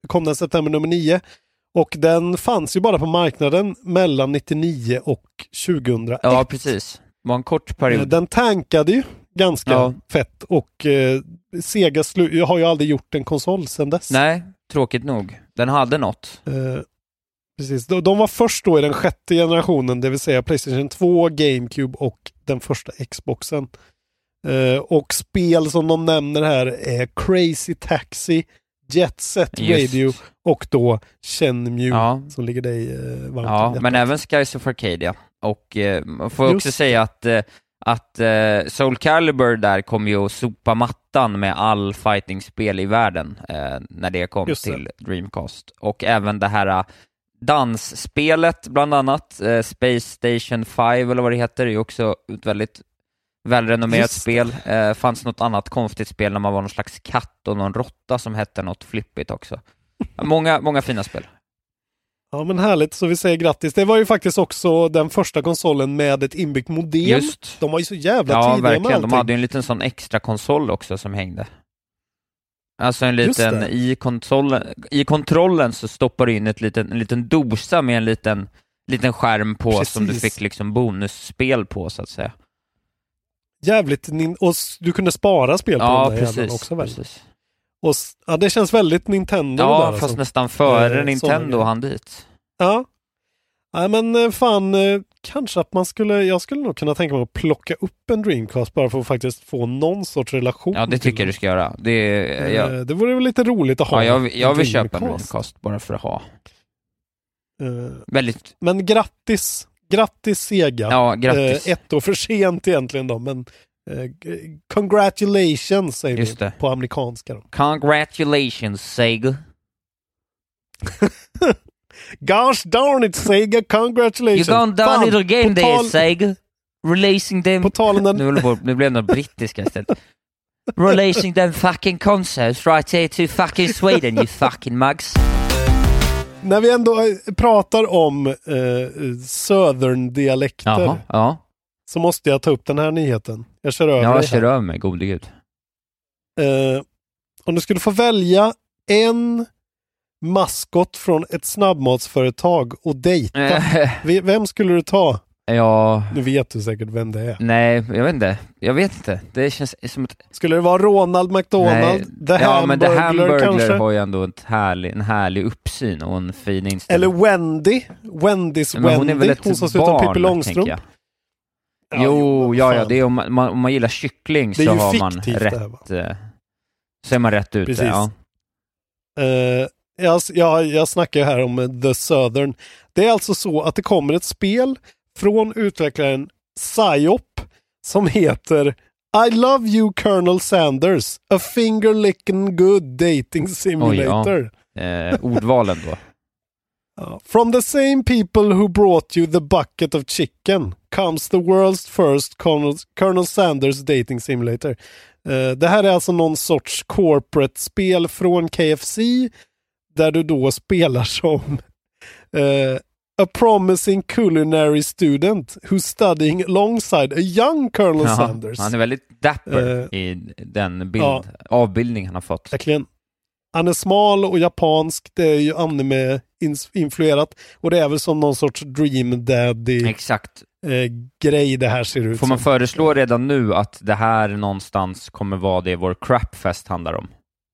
kom den september nummer 9. Och den fanns ju bara på marknaden mellan 99 och 2001. Ja, precis. Det var en kort period. Den tankade ju ganska fett och Sega har ju aldrig gjort en konsol sedan dess. Nej, tråkigt nog. Den hade något. Precis. De var först då i den 6:e generationen, det vill säga PlayStation 2, GameCube och den första Xboxen. Och spel som de nämner här är Crazy Taxi, Jet Set Radio och då Shenmue som ligger dig varmt. Ja, men även Skies of Arcadia. Och man får också säga att Soul Calibur där kom ju att sopa mattan med all fighting-spel i världen när det kom till Dreamcast. Och även det här dansspelet bland annat, Space Station 5 eller vad det heter, är ju också ett väldigt välrenommerat spel. Fanns något annat konstigt spel när man var någon slags katt och någon råtta som hette något flippigt också. Många fina spel. Ja, men härligt, så vi säger grattis. Det var ju faktiskt också den första konsolen med ett inbyggt modem. Just. De var ju så jävla tidiga verkligen. med allting. De hade ju en liten sån extra konsol också som hängde. Alltså en liten, i kontrollen så stoppar du in en liten dosa med en liten skärm på. Precis. Som du fick liksom bonusspel på så att säga. Jävligt, och du kunde spara spel på den precis, också väl? Precis. Och det känns väldigt Nintendo där. Ja, fast alltså. Nästan före Nintendo han dit. Ja. Nej, men fan, kanske att jag skulle nog kunna tänka mig att plocka upp en Dreamcast bara för att faktiskt få någon sorts relation. Ja, det tycker jag du ska göra. Det vore väl lite roligt att ha. Ja, jag vill köpa en Dreamcast bara för att ha. Väldigt. Men grattis Sega. Ja, grattis. Ett år för sent egentligen då, men congratulations säger vi på amerikanska då. Congratulations Sega. Gosh darn it Sega, congratulations. You're gonna do a little game there Sega. Releasing them. På talen nu blev det brittiska istället. Releasing them fucking consoles right here to fucking Sweden, you fucking mugs. När vi ändå pratar om södern-dialekter så måste jag ta upp den här nyheten. Jag kör över dig. Kör över mig, gode gud. Om du skulle få välja en maskot från ett snabbmatsföretag och dejta, vem skulle du ta? Ja. Nu vet du säkert vem det är. Nej, jag vet inte. Det känns som ett... Skulle det vara Ronald McDonald? Men The Hamburglar kanske? Har ju ändå en härlig uppsyn och en fin inställning. Eller Wendy. Wendy. Hon är väl ett hon som ser ut som Pippi Långstrump. Ja, det är om man gillar kyckling så har man rätt. Så är man rätt ute. Precis. Ja. Jag snackar här om The Southern. Det är alltså så att det kommer ett spel från utvecklaren Psyop som heter I Love You Colonel Sanders, a finger-licking good dating simulator. Ordvalen då. From the same people who brought you the bucket of chicken comes the world's first Colonel Sanders dating simulator. Det här är alltså någon sorts corporate-spel från KFC där du då spelar som a promising culinary student who's studying alongside a young Colonel Sanders. Han är väldigt dapper i den avbildning han har fått. Verkligen. Han är smal och japansk, det är ju anime-influerat och det är väl som någon sorts Dream Daddy grej det här ser ut. Får man föreslå redan nu att det här någonstans kommer vara det vår crapfest handlar om?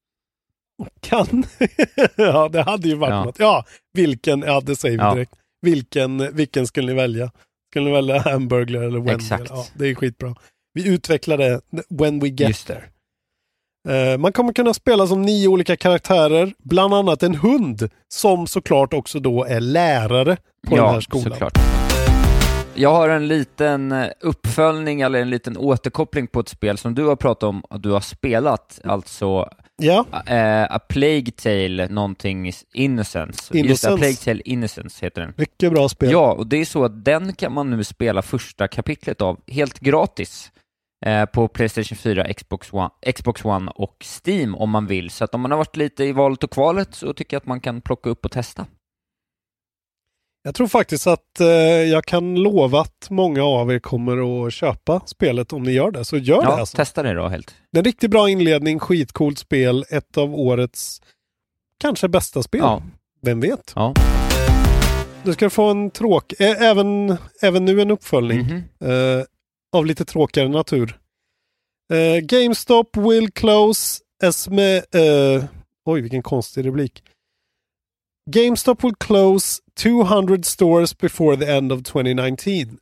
Ja, det hade ju varit något. Ja, vilken, det säger vi direkt. Vilken skulle ni välja? Skulle ni välja Hamburglar eller Wendy? Exakt. Ja, det är skitbra. Vi utvecklar det when we get there. Man kommer kunna spela som 9 olika karaktärer, bland annat en hund som såklart också då är lärare på den här skolan. Såklart. Jag har en liten uppföljning eller en liten återkoppling på ett spel som du har pratat om att du har spelat, alltså A Plague Tale någonting Innocence. Just A Plague Tale Innocence heter den. Mycket bra spel. Ja, och det är så att den kan man nu spela första kapitlet av helt gratis på PlayStation 4, Xbox One och Steam om man vill. Så att om man har varit lite i valet och kvalet så tycker jag att man kan plocka upp och testa. Jag tror faktiskt att jag kan lova att många av er kommer att köpa spelet om ni gör det. Så gör det alltså. Testa det då helt. Det är en riktigt bra inledning, skitcoolt spel. Ett av årets kanske bästa spel. Ja. Vem vet? Ja. Du ska få en även nu en uppföljning av lite tråkigare natur. GameStop will close as oj, vilken konstig rubrik. GameStop will close 200 stores before the end of 2019.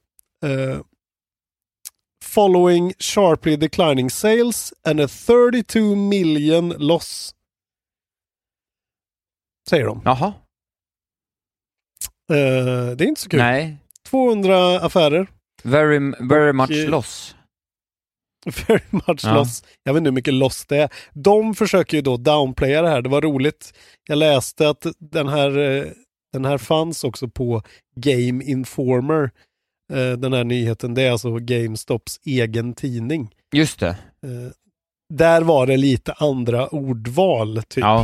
Following sharply declining sales and a 32 million loss. Säger de. Jaha. Det är inte så kul. Nej. 200 affärer. Very much loss. Very much loss. Jag vet inte hur mycket loss det är. De försöker ju då downplaya det här. Det var roligt. Jag läste att den här fanns också på Game Informer. Den här nyheten. Det är alltså GameStops egen tidning. Just det. Där var det lite andra ordval typ. Ja.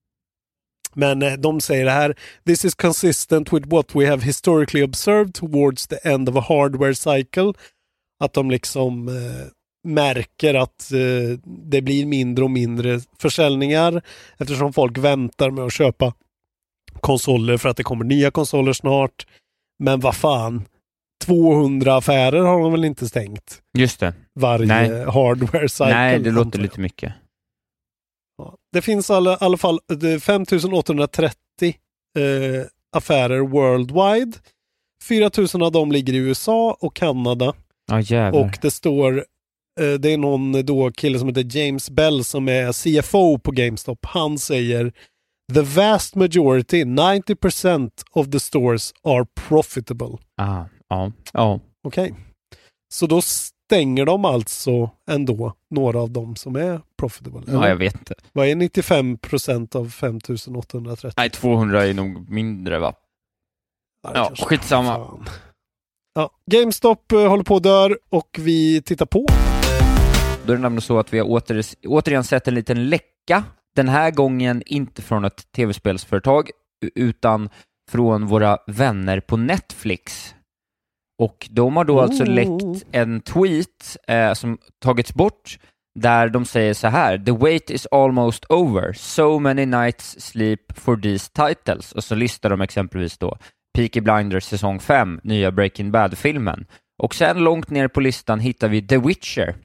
Men de säger det här: "This is consistent with what we have historically observed towards the end of a hardware cycle." Att de liksom märker att det blir mindre och mindre försäljningar eftersom folk väntar med att köpa konsoler för att det kommer nya konsoler snart. Men vad fan, 200 affärer har de väl inte stängt? Just det. Varje hardware cycle. Nej, det låter lite mycket. Ja. Det finns i alla fall 5830 affärer worldwide. 4000 av dem ligger i USA och Kanada. Ja, jävlar. Och det står det är någon då kille som heter James Bell som är CFO på GameStop. Han säger "The vast majority, 90% of the stores are profitable." Ja. Okej. Så då stänger de alltså ändå några av dem som är profitable. Ja, jag vet inte. Vad är 95% av 5830? Nej, 200 är nog mindre, va? Ja, skitsamma. Fan. Ja, GameStop håller på att dör och vi tittar på. Då är det nämligen så att vi har återigen sett en liten läcka. Den här gången inte från ett tv-spelsföretag utan från våra vänner på Netflix. Och de har då alltså läckt en tweet som tagits bort där de säger så här: "The wait is almost over. So many nights sleep for these titles." Och så listar de exempelvis då Peaky Blinders säsong 5, nya Breaking Bad-filmen. Och sen långt ner på listan hittar vi The Witcher.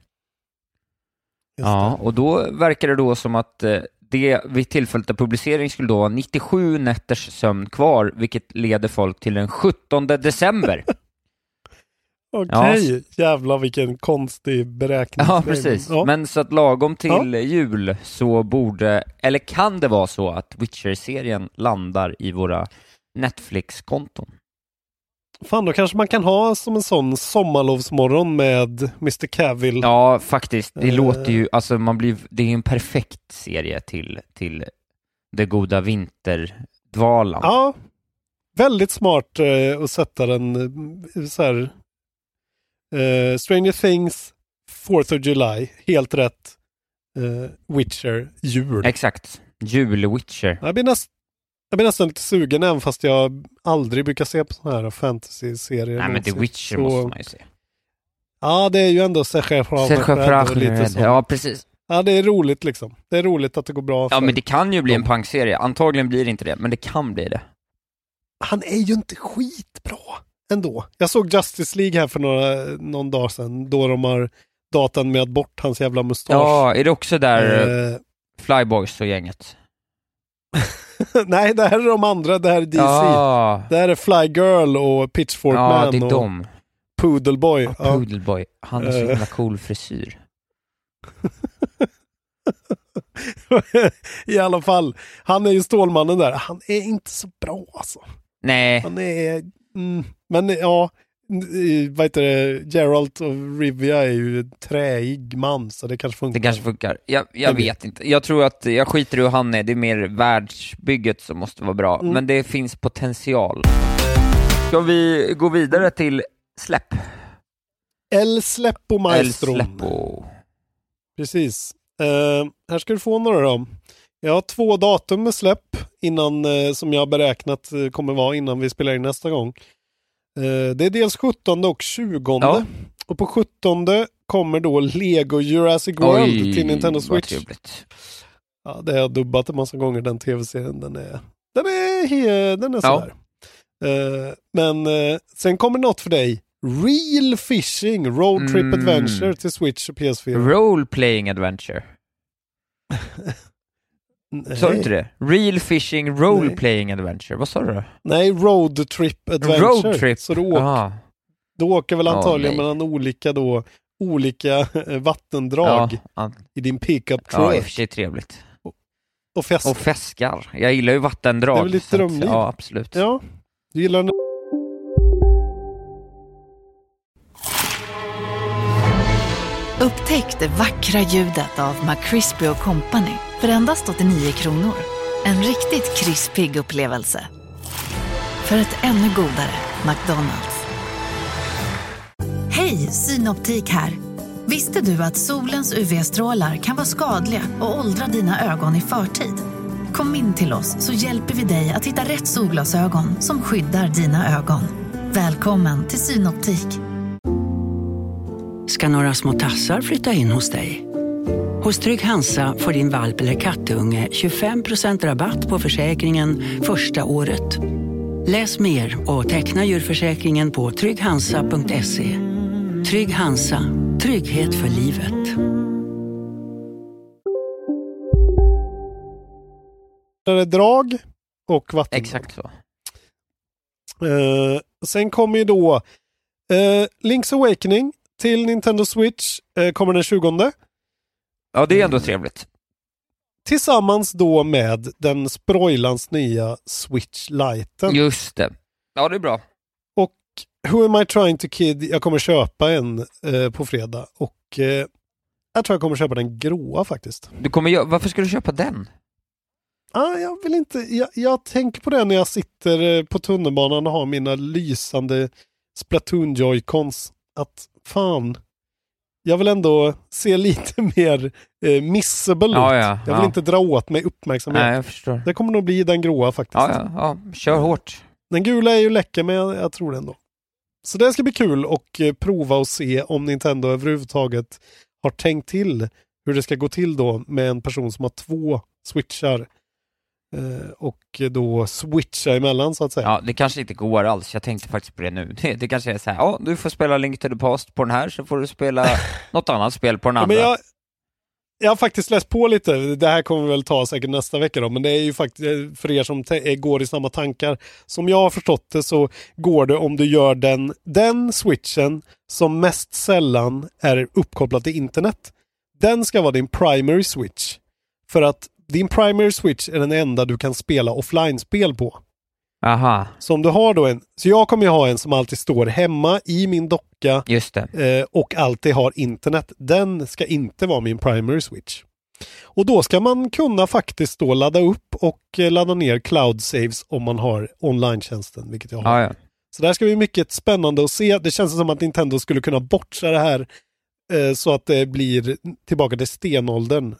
Ja, och då verkar det då som att det vid tillfället av publicering skulle då vara 97 nätters sömn kvar, vilket leder folk till den 17 december. Okej, jävlar vilken konstig beräkning. Ja, precis. Ja. Men så att lagom till jul så borde, eller kan det vara så att Witcher-serien landar i våra Netflix-konton? Fan, då kanske man kan ha som en sån sommarlovsmorgon med Mr. Cavill. Ja, faktiskt. Det låter ju, alltså det är en perfekt serie till det goda vinterdvalan. Ja, väldigt smart att sätta den så här. Stranger Things, 4th of July, helt rätt. Witcher, jul. Exakt, jul-Witcher. Jag blir nästan lite sugen även fast jag aldrig brukar se på såna här fantasy-serier. Nej, men The Witcher måste man ju se. Ja, det är ju ändå lite. Ja, precis. Ja, det är roligt liksom. Det är roligt att det går bra. Ja, men det kan ju bli en punkserie. Antagligen blir det inte det, men det kan bli det. Han är ju inte skitbra ändå. Jag såg Justice League här för någon dag sedan då de har datan med bort hans jävla mustasch. Ja, är det också där Flyboys och gänget? Nej, det här är de andra. Det här är DC. Ja. Det här är Fly Girl och Pitchfork Man. Ja, det är de. Poodleboy. Ja, Poodleboy. Han har så himla cool frisyr. I alla fall, han är ju Stålmannen där. Han är inte så bra alltså. Nej. Han är... men ja, vad heter det? Geralt of Rivia är ju en träig man, så det kanske funkar. Det kanske funkar. Jag vet inte. Jag tror att jag skiter i hur han är. Det är mer världsbygget som måste vara bra. Men det finns potential. Ska vi gå vidare till släpp? El Släppo Maestro. El Släppo. Precis. Här ska du få några då. Jag har 2 datum med släpp innan, som jag har beräknat kommer vara innan vi spelar in nästa gång. Det är dels 17 och 20. Ja. Och på 17 kommer då Lego Jurassic World till Nintendo Switch. Ja, det har jag dubbat en massa gånger, den tv-serien. Den är sådär. Men sen kommer något för dig. Real Fishing Road Trip Adventure till Switch och PS4. Role Playing Adventure. Sa du inte det? Real Fishing Role Playing Adventure. Vad sa du då? Nej, Road Trip Adventure. Road Trip. Så du åker väl antagligen mellan olika vattendrag i din pickup truck. Ja, i och för sig trevligt. Och fäskar. Och fäskar. Jag gillar ju vattendrag. Det är väl lite drömliv. Ja, absolut. Ja, du gillar det. Upptäck det vackra ljudet av McCrispy & Company för endast 89 kronor. En riktigt krispig upplevelse. För ett ännu godare McDonald's. Hej, Synoptik här. Visste du att solens UV-strålar kan vara skadliga och åldra dina ögon i förtid? Kom in till oss så hjälper vi dig att hitta rätt solglasögon som skyddar dina ögon. Välkommen till Synoptik. Ska några små tassar flytta in hos dig? Hos Trygg Hansa får din valp eller kattunge 25% rabatt på försäkringen första året. Läs mer och teckna djurförsäkringen på trygghansa.se. Trygg Hansa, trygghet för livet. Det är drag och vatten. Exakt så. Sen kommer ju då Link's Awakening till Nintendo Switch kommer den 20. Ja, det är ändå trevligt. Tillsammans då med den Sproilans nya Switch Lite. Just det. Ja, det är bra. Och Who Am I Trying to Kid? Jag kommer köpa en på fredag. Och jag tror jag kommer köpa den gråa faktiskt. Varför ska du köpa den? Jag vill inte. Jag tänker på det när jag sitter på tunnelbanan och har mina lysande Splatoon Joy-Cons. Att fan, jag vill ändå se lite mer missable ut. Jag vill inte dra åt mig uppmärksamhet. Nej, jag förstår. Det kommer nog bli den gråa faktiskt. Ja, kör hårt. Den gula är ju läcker, men jag tror det ändå. Så det ska bli kul och prova och se om Nintendo överhuvudtaget har tänkt till hur det ska gå till då med en person som har 2 switchar och då switcha emellan så att säga. Ja, det kanske inte går alls. Jag tänkte faktiskt på det nu. Det kanske är så här, du får spela Link to the Past på den här, så får du spela något annat spel på den andra. Men jag har faktiskt läst på lite. Det här kommer vi väl ta säkert nästa vecka då, men det är ju faktiskt för er som går i samma tankar. Som jag har förstått det så går det om du gör den switchen som mest sällan är uppkopplad till internet. Den ska vara din primary switch. För att din primary switch är den enda du kan spela offline-spel på. Aha. Så om du har då så jag kommer ju ha en som alltid står hemma i min docka. Just det. Och alltid har internet. Den ska inte vara min primary switch. Och då ska man kunna faktiskt då ladda upp och ladda ner cloud saves om man har online-tjänsten, vilket jag har. Ja. Så där ska bli mycket spännande att se. Det känns som att Nintendo skulle kunna bortsa det här så att det blir tillbaka till stenåldern.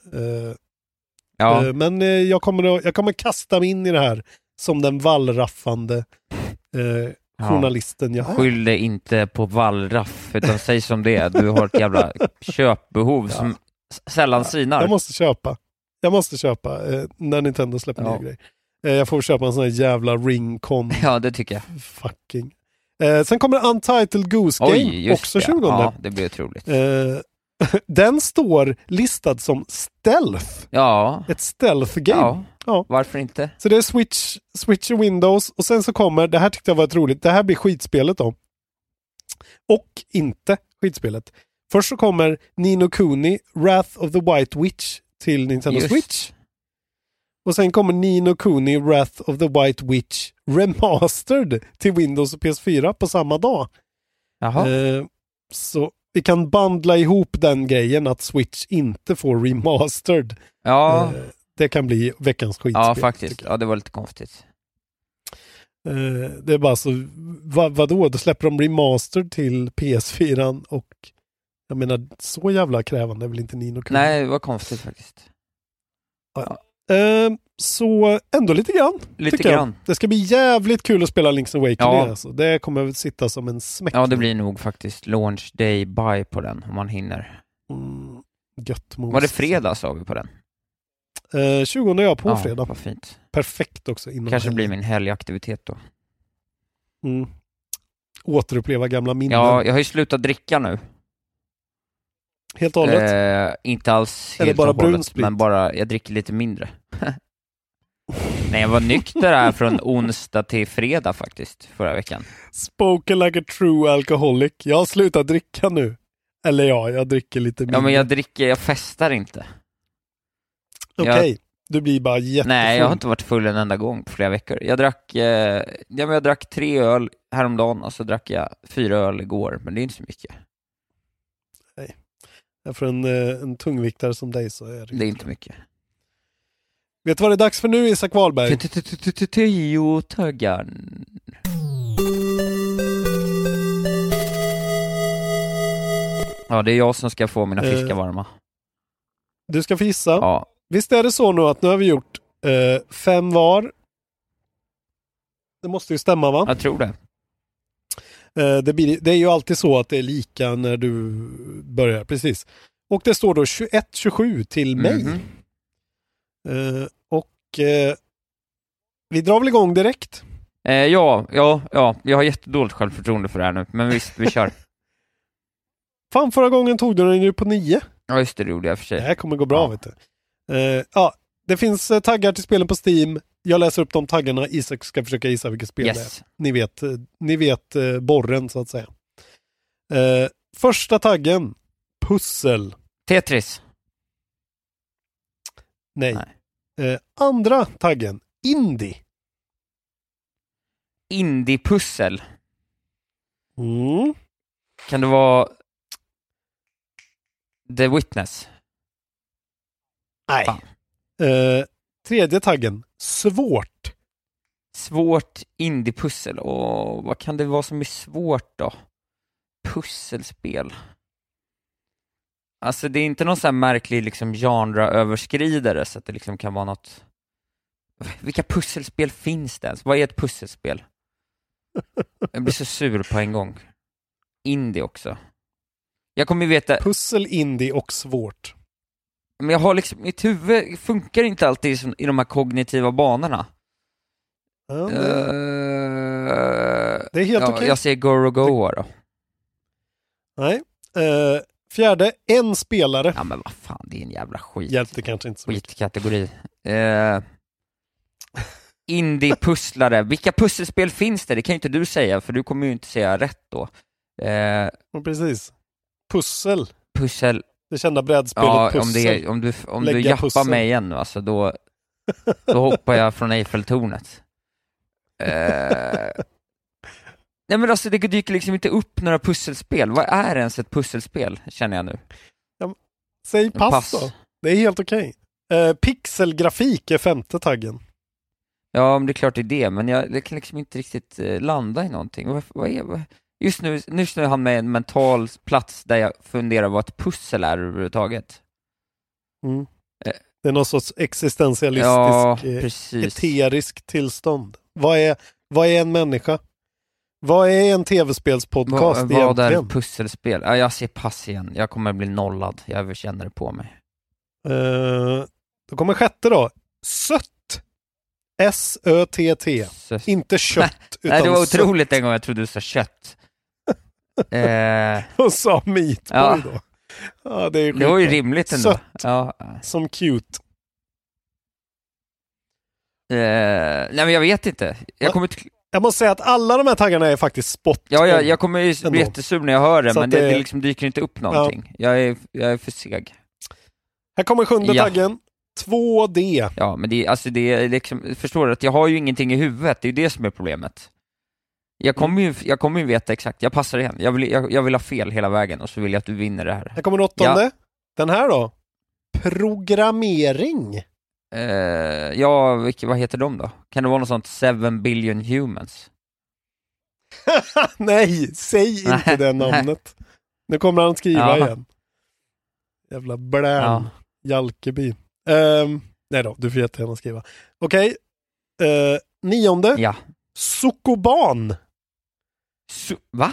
Men jag kommer kasta mig in i det här som den vallraffande journalisten jag är. Skyll dig inte på wallraff, utan säg som det är. Du har ett jävla köpbehov som sällan sinar. Jag måste köpa när Nintendo släpper nya grejer. Jag får köpa en sån här jävla ring-con. Ja, det tycker jag. Fucking. Sen kommer Untitled Goose Game också 20. Ja, det blir otroligt. Den står listad som stealth. Ja. Ett stealth-game. Ja, varför inte? Så det är Switch och Windows. Och sen så kommer, det här tyckte jag var roligt, det här blir skitspelet då. Och inte skitspelet. Först så kommer Ni no Kuni, Wrath of the White Witch till Nintendo Switch. Och sen kommer Ni no Kuni, Wrath of the White Witch Remastered till Windows och PS4 på samma dag. Jaha. Så vi kan bandla ihop den grejen att Switch inte får remastered. Ja. Det kan bli veckans skitspel. Ja, faktiskt. Ja, det var lite konstigt. Det är bara så, vadå? Då släpper de remastered till PS4 och jag menar, så jävla krävande är väl inte Ni no Kuni. Nej, det var konstigt faktiskt. Ja. Så ändå lite grann. Lite grann. Det ska bli jävligt kul att spela Link's Awakening. Alltså. Det kommer väl sitta som en smäck. Ja, det blir nog faktiskt launch day buy på den om man hinner. Gött most. Var det fredag sa vi på den? 20 är jag på fredag. Vad fint. Perfekt också. Kanske blir min helgaktivitet då. Återuppleva gamla minnen. Ja, jag har ju slutat dricka nu. Helt och hållet? Inte alls eller helt bara och hållet, brunsprit? men bara jag dricker lite mindre. Nej, jag var nykter här från onsdag till fredag faktiskt, förra veckan. Spoken like a true alcoholic. Jag har slutat dricka nu. Eller jag dricker lite mindre. Ja, men jag festar inte. Okej. Du blir bara jättefull. Nej, jag har inte varit full en enda gång på flera veckor. Jag drack 3 öl häromdagen och så drack jag 4 öl igår, men det är inte så mycket. Nej. För en tungviktare som dig så är det. Det är inte mycket. Vet du vad det är dags för nu, Isak Wahlberg? Tio-taggarn. Ja, det är jag som ska få mina fiskar varma. Du ska få gissa. Ja. Visst är det så nu att nu har vi gjort 5 var. Det måste ju stämma, va? Jag tror det. Det är ju alltid så att det är lika när du börjar, precis. Och det står då 21-27 till mig. Vi drar väl igång direkt? Ja, jag har jättedåligt självförtroende för det här nu, men visst, vi kör. Fan, förra gången tog du den ju på 9. Ja, just det, gjorde jag för sig. Det här kommer gå bra, vet du. Det finns taggar till spelen på Steam. Jag läser upp de taggarna. Isak ska försöka gissa vilket spel det är. Ni vet borren, så att säga. Första taggen, pussel. Tetris. Nej. Andra taggen, indie. Indie-pussel. Kan det vara The Witness? Nej. Tredje taggen, svårt. Svårt indie-pussel. Vad kan det vara som är svårt då? Pusselspel. Alltså det är inte någon sån här märklig liksom genre-överskridare så att det liksom kan vara något. Vilka pusselspel finns det ens? Vad är ett pusselspel? Jag blir så sur på en gång. Indie också. Jag kommer ju veta. Pussel, indie och svårt. Men jag har liksom, mitt huvud funkar inte alltid i de här kognitiva banorna. Det är helt okej. Jag säger Gorogoa då. Nej. Fjärde, en spelare. Ja, men vad fan, det är en jävla skit. Hjälpte kanske inte så mycket. Skitkategori. Indie-pusslare. Vilka pusselspel finns det? Det kan ju inte du säga, för du kommer ju inte säga rätt då. Precis. Pussel. Det kända brädspelet, ja, pussel. Om du jappar pussel. mig igen nu, alltså då hoppar jag från Eiffeltornet. Nej, men alltså det dyker liksom inte upp några pusselspel. Vad är ens ett pusselspel, känner jag nu? Ja, säg pass då. Det är helt okej. Pixelgrafik är femte taggen. Ja, men det är klart det är det. Men jag kan liksom inte riktigt landa i någonting. Just nu har med en mental plats där jag funderar vad ett pussel är överhuvudtaget. Det är någon sorts existentialistisk, eterisk tillstånd. Vad är en människa? Vad är en tv-spelspodcast egentligen? Vad är pusselspel? Ja, jag ser pass igen. Jag kommer bli nollad. Jag känner det på mig. Då kommer sjätte då. Sött. S-Ö-T-T. Inte kött, utan nej, det var sött. otroligt en gång jag trodde du sa kött. Och sa meatboy då. Ja, det var ju rimligt ändå. Sött. Ja. Som cute. Nej, men jag vet inte. Jag måste säga att alla de här taggarna är faktiskt spot. Ja, jag kommer ju bli jättesur när jag hör det, men det liksom dyker inte upp någonting. Ja. Jag är för seg. Här kommer sjunde taggen. 2D. Ja, men det är liksom, förstår du att jag har ju ingenting i huvudet. Det är ju det som är problemet. Jag kommer ju veta exakt. Jag passar igen. Jag vill ha fel hela vägen och så vill jag att du vinner det här. Här kommer åttonde. Ja. Den här då? Programmering. Vad heter de då? Kan det vara något sånt 7 billion humans? Nej, säg inte det namnet. Nu kommer han skriva igen. Jävla blän. Jalkeby. Nej då, du får jättegärna skriva. Okej. Nionde. Ja. Sokoban. Va?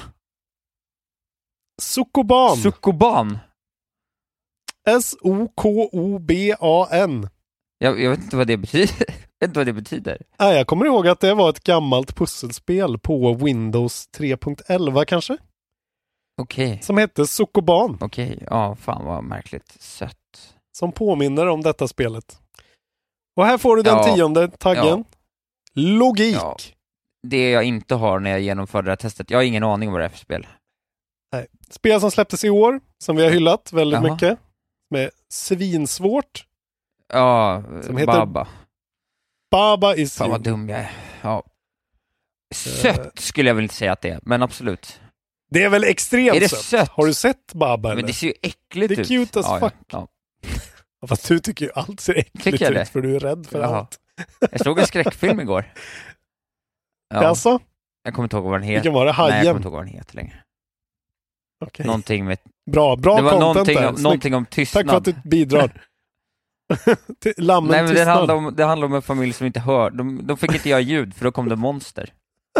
Sokoban. Sokoban. S-O-K-O-B-A-N. Jag vet inte vad det betyder. Jag vet inte vad det betyder. Jag kommer ihåg att det var ett gammalt pusselspel på Windows 3.11 kanske. Okej. Som hette Sokoban. Okej, ja fan vad märkligt. Sött. Som påminner om detta spelet. Och här får du den 10:e taggen. Ja. Logik. Ja. Det jag inte har när jag genomförde det här testet. Jag har ingen aning vad det är för spel. Nej. Spel som släpptes i år, som vi har hyllat väldigt mycket. Med svinsvårt. Ja, som heter Baba is fan vad dum jag är. Ja. Sött skulle jag väl inte säga att det är, men absolut. Det är väl extremt är det sött. Har du sett Baba? Men det ser ju äckligt ut. Det är cute as fuck. Ja. Fast du tycker ju allt ser äckligt ut för du är rädd för allt. Jag såg en skräckfilm igår. Ja. Alltså? Jag kommer inte ihåg vad den heter. Vilken var det? Hajen? Nej, jag kommer inte ihåg vad den heter längre. Okay. Någonting med... Bra det var content någonting om tystnad. Tack för att du bidrar. Lammen nej, men tystnad. det handlar om en familj som inte hör. De fick inte göra ljud för då kom det monster.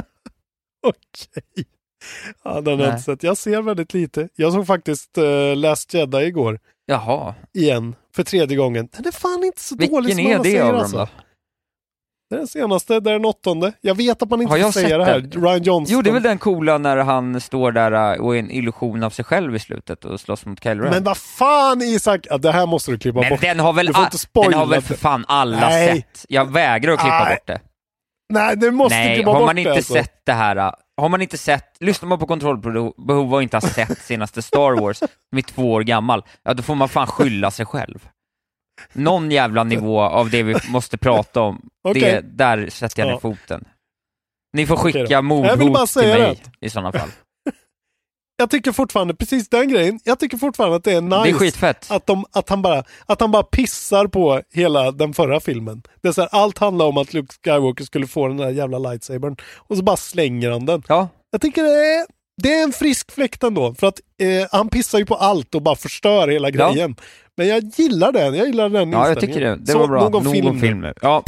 Okej. Ja, den har sett. Jag ser väldigt lite. Jag såg faktiskt Last Jedi igår. Jaha. Igen. För 3:e gången. Den är fan inte så dålig som Vilken är det av dem då? Det är den senaste, det är den 8:e. Jag vet att man inte får säga det här. Ryan Johnson. Jo, det är väl den coola när han står där och är en illusion av sig själv i slutet och slåss mot Kylo Ren. Men vad fan, Isak! Det här måste du klippa bort. Men den har väl för fan alla sett. Jag vägrar att klippa bort det. Nej, det måste klippa bort det. Har man inte sett det här... Har man inte sett... Lyssnar man på kontrollbehov och inte har sett senaste Star Wars med 2 år gammal, ja då får man fan skylla sig själv. Någon jävla nivå av det vi måste prata om. Okay. Där sätter jag ner foten. Ni får skicka mordhot till mig i sådana fall. Jag tycker fortfarande, precis den grejen, jag tycker fortfarande att det är nice. Det är skitfett. Att han bara pissar på hela den förra filmen. Det är så här, allt handlar om att Luke Skywalker skulle få den där jävla lightsabern. Och så bara slänger han den. Ja. Jag tycker det är en frisk fläkt ändå. För att han pissar ju på allt och bara förstör hela grejen. Ja. Men jag gillar den. Jag gillar den inställningen. Ja, jag tycker det. Det var bra. Någon film. Ja.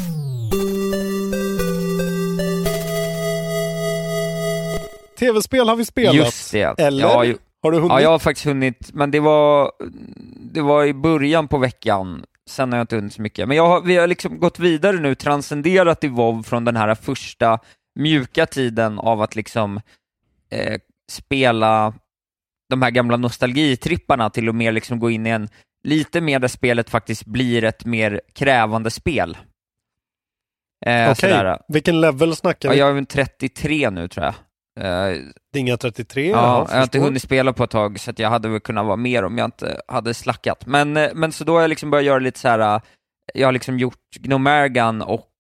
TV-spel har vi spelat. Just det. Eller? Ja, har du hunnit? Ja, jag har faktiskt hunnit. Men det var i början på veckan. Sen har jag inte hunnit så mycket. Men vi har liksom gått vidare nu, transcenderat i WoW från den här första mjuka tiden av att liksom spela de här gamla nostalgitripparna till och mer liksom gå in i en lite mer där spelet faktiskt blir ett mer krävande spel. Okej, vilken level snackar vi? Jag är 33 nu tror jag. Det är inga 33? Ja, jag har inte hunnit spela på ett tag så att jag hade väl kunnat vara mer om jag inte hade slackat. Men så då har jag liksom börjat göra lite så här. Jag har liksom gjort Gnomergan och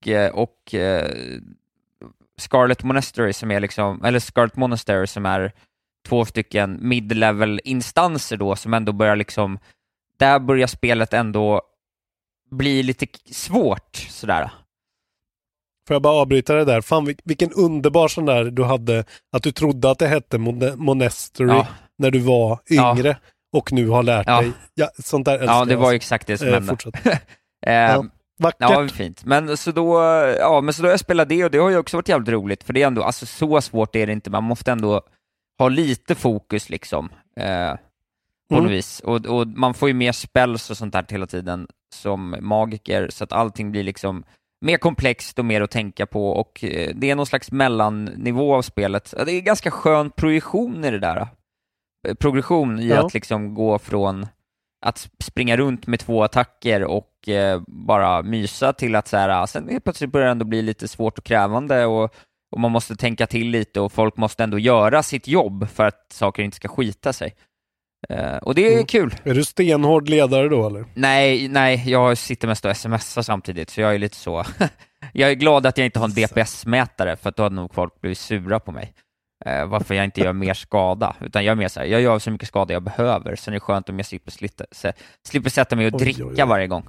Scarlet Monastery som är liksom, eller Scarlet Monastery som är 2 stycken mid-level instanser då som ändå börjar liksom, där börjar spelet ändå bli lite svårt sådär. Får jag bara avbryta det där? Fan, vilken underbar sån där du hade, att du trodde att det hette Monastery när du var yngre och nu har lärt dig. Ja, sånt där älskar det var exakt det som hände. Vackert. Ja, fint. Men så då har jag spelat det och det har ju också varit jävligt roligt för det är ändå, alltså så svårt är det inte, man måste ändå ha lite fokus liksom på något vis. Och man får ju mer spells och sånt där hela tiden som magiker så att allting blir liksom mer komplext och mer att tänka på och det är någon slags mellannivå av spelet. Det är ganska skön progression i det där. Progression i att liksom gå från att springa runt med 2 attacker och bara mysa till att så här, sen helt plötsligt börjar det ändå bli lite svårt och krävande och man måste tänka till lite och folk måste ändå göra sitt jobb för att saker inte ska skita sig. Och det är kul. Är du stenhård ledare då eller? Nej, jag sitter mest och smsar samtidigt så jag är lite så. Jag är glad att jag inte har en DPS-mätare för att då hade nog folk blivit sura på mig. Varför jag inte gör mer skada utan jag är mer så här, jag gör så mycket skada jag behöver, sen är det skönt om jag slipper sätta mig och dricka varje gång.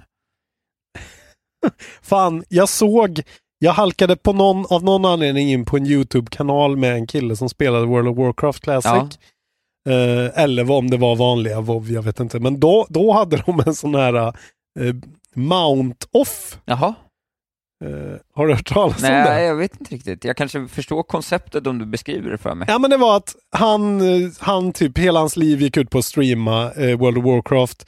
Fan, jag halkade på av någon anledning in på en YouTube-kanal med en kille som spelade World of Warcraft Classic. Eller om det var vanliga WoW, jag vet inte. Men då hade de en sån här Mount-off. Jaha. Har du hört talas om det? Nej, jag vet inte riktigt. Jag kanske förstår konceptet om du beskriver det för mig. Ja, men det var att han typ hela hans liv gick ut på att streama World of Warcraft.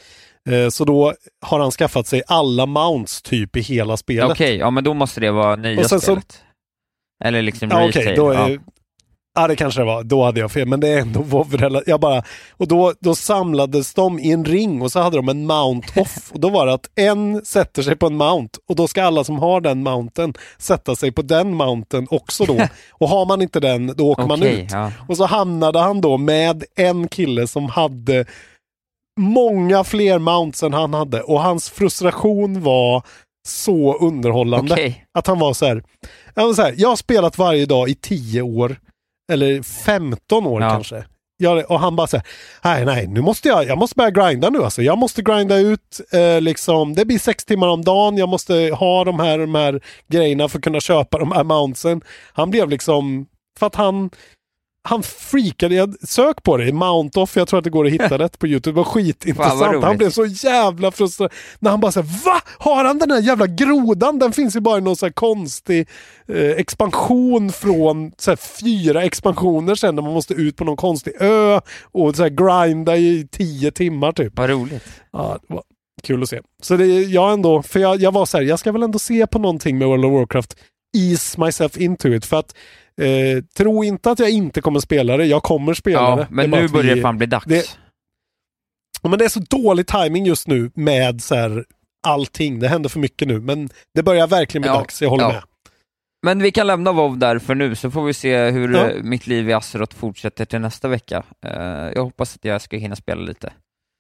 Så då har han skaffat sig alla mounts typ i hela spelet. Okej, ja men då måste det vara nya spelet. Eller liksom retail. Då är, ja, det kanske det var. Då hade jag fel. Men det är ändå och då samlades de i en ring och så hade de en mount off. Och då var det att en sätter sig på en mount och då ska alla som har den mounten sätta sig på den mounten också då. Och har man inte den, då åker man ut. Ja. Och så hamnade han då med en kille som hade många fler mounts än han hade. Och hans frustration var så underhållande. Att han var så här, jag har spelat varje dag i 10 år. Eller 15 år kanske. Och han bara säger, nej, nu måste jag måste börja grinda nu alltså. Jag måste grinda ut liksom, det blir 6 timmar om dagen. Jag måste ha de här grejerna för att kunna köpa de här mountsen. Han blev liksom, för att han freakade, jag sök på det, Mount Off, jag tror att det går att hitta rätt på YouTube, det var skitintressant. Han blev så jävla frustrerad när han bara säger, va? Har han den där jävla grodan? Den finns ju bara i någon så här konstig expansion från så här 4 expansioner sen när man måste ut på någon konstig ö och så här grinda i 10 timmar typ. Vad roligt. Ja, det var kul att se. Så det, jag ändå, för jag var så här, jag ska väl ändå se på någonting med World of Warcraft, ease myself into it, för att tro inte att jag inte kommer spela det. Jag kommer spela det. Men nu börjar det fan bli dags. Men det är så dålig timing just nu med så här, allting. Det händer för mycket nu. Men det börjar verkligen bli dags. Jag håller med. Men vi kan lämna WoW där för nu, så får vi se hur mitt liv i Azeroth fortsätter till nästa vecka. Jag hoppas att jag ska hinna spela lite.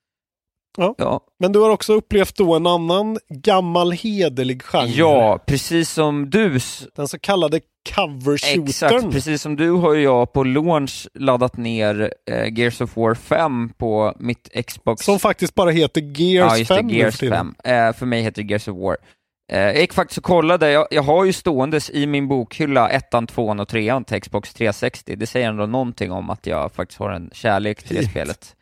Ja. Men du har också upplevt då en annan gammal hederlig genre. Ja, precis som du. Den så kallade cover-shootern. Exakt, precis som du har jag på launch laddat ner Gears of War 5 på mitt Xbox. Som faktiskt bara heter Gears 5. Ja, just det, Gears 5. För mig heter det Gears of War. Jag gick faktiskt och kollade, jag har ju ståendes i min bokhylla 1, 2 och 3 till Xbox 360. Det säger ändå någonting om att jag faktiskt har en kärlek till det spelet.